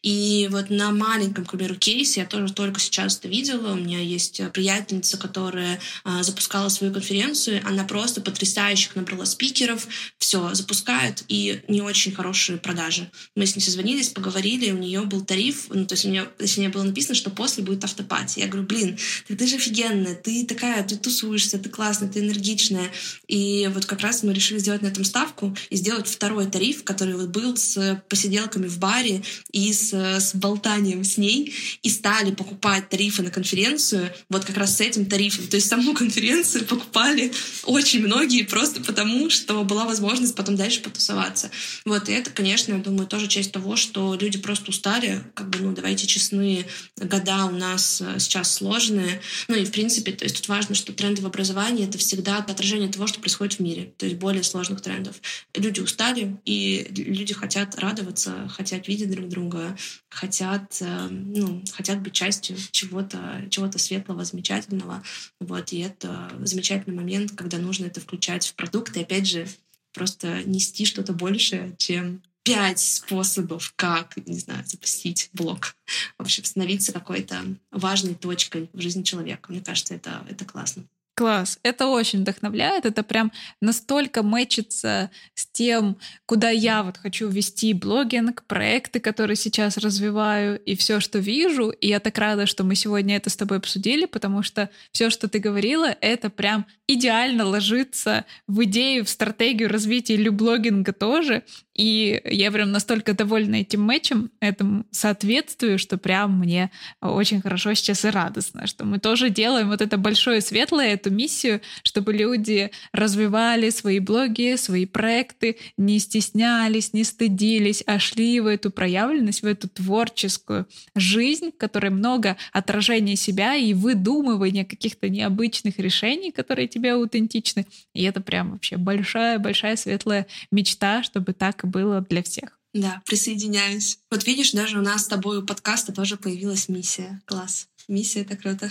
И вот на маленьком, к примеру, кейсе я тоже только сейчас это видела. У меня есть приятельница, которая а, запускала свою конференцию, она просто потрясающих набрала спикеров, все, запускает, и не очень хорошие продажи. Мы с ней созвонились, поговорили, у нее был тариф, ну, то есть у нее, точнее, было написано, что после будет автопати. Я говорю, блин, ты, ты же офигенная, ты такая, ты тусуешься, ты классная, ты энергичная. И вот как раз мы решили сделать на этом ставку и сделать второй тариф, который вот был с посиделками в баре и с, с болтанием с ней, и стали покупать тарифы на конференцию вот как раз с этим тарифом. То есть саму конференцию покупали очень многие просто потому, что была возможность потом дальше потусоваться. Вот, и это, конечно, я думаю, тоже часть того, что люди просто устали, как бы, ну, давайте честны, года у нас сейчас сложные. Ну и, в принципе, то есть тут важно, что тренды в образовании — это всегда отражение того, что происходит в мире, то есть более сложных трендов. Люди устали, и люди хотят радоваться, хотят видеть друг друга, хотят, ну, хотят быть частью чего-то, чего-то светлого, замечательного. Вот, и это замечательный момент, когда нужно это включать в продукт, и, опять же, просто нести что-то большее, чем пять способов, как, не знаю, запустить блог. В общем, становиться какой-то важной точкой в жизни человека. Мне кажется, это, это классно.
Класс. Это очень вдохновляет. Это прям настолько мэчится с тем, куда я вот хочу вести блогинг, проекты, которые сейчас развиваю, и все, что вижу. И я так рада, что мы сегодня это с тобой обсудили, потому что все, что ты говорила, это прям идеально ложится в идею, в стратегию развития люблогинга тоже. И я прям настолько довольна этим матчем, этому соответствию, что прям мне очень хорошо сейчас и радостно, что мы тоже делаем вот это большое светлое, эту миссию, чтобы люди развивали свои блоги, свои проекты, не стеснялись, не стыдились, а шли в эту проявленность, в эту творческую жизнь, в которой много отражения себя и выдумывания каких-то необычных решений, которые тебе аутентичны. И это прям вообще большая-большая светлая мечта, чтобы так и было для всех.
Да, присоединяюсь. Вот видишь, даже у нас с тобой у подкаста тоже появилась миссия. Класс. Миссия — это круто.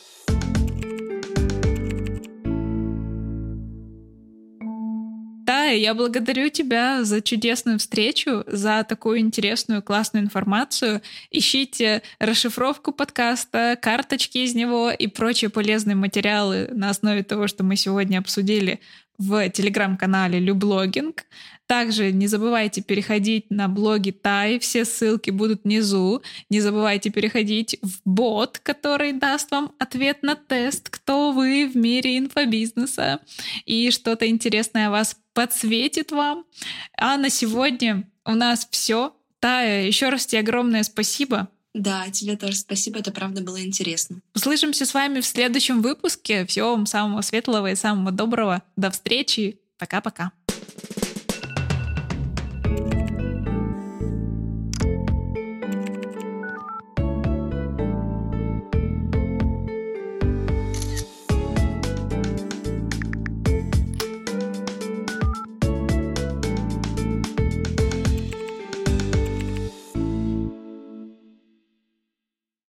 Да, я благодарю тебя за чудесную встречу, за такую интересную, классную информацию. Ищите расшифровку подкаста, карточки из него и прочие полезные материалы на основе того, что мы сегодня обсудили в телеграм-канале Люблогинг. Также не забывайте переходить на блоги Тай, все ссылки будут внизу. Не забывайте переходить в бот, который даст вам ответ на тест, кто вы в мире инфобизнеса, и что-то интересное вас подсветит вам. А на сегодня у нас все. Тая, еще раз тебе огромное спасибо.
Да, тебе тоже спасибо, это правда было интересно.
Услышимся с вами в следующем выпуске. Всего вам самого светлого и самого доброго. До встречи. Пока-пока.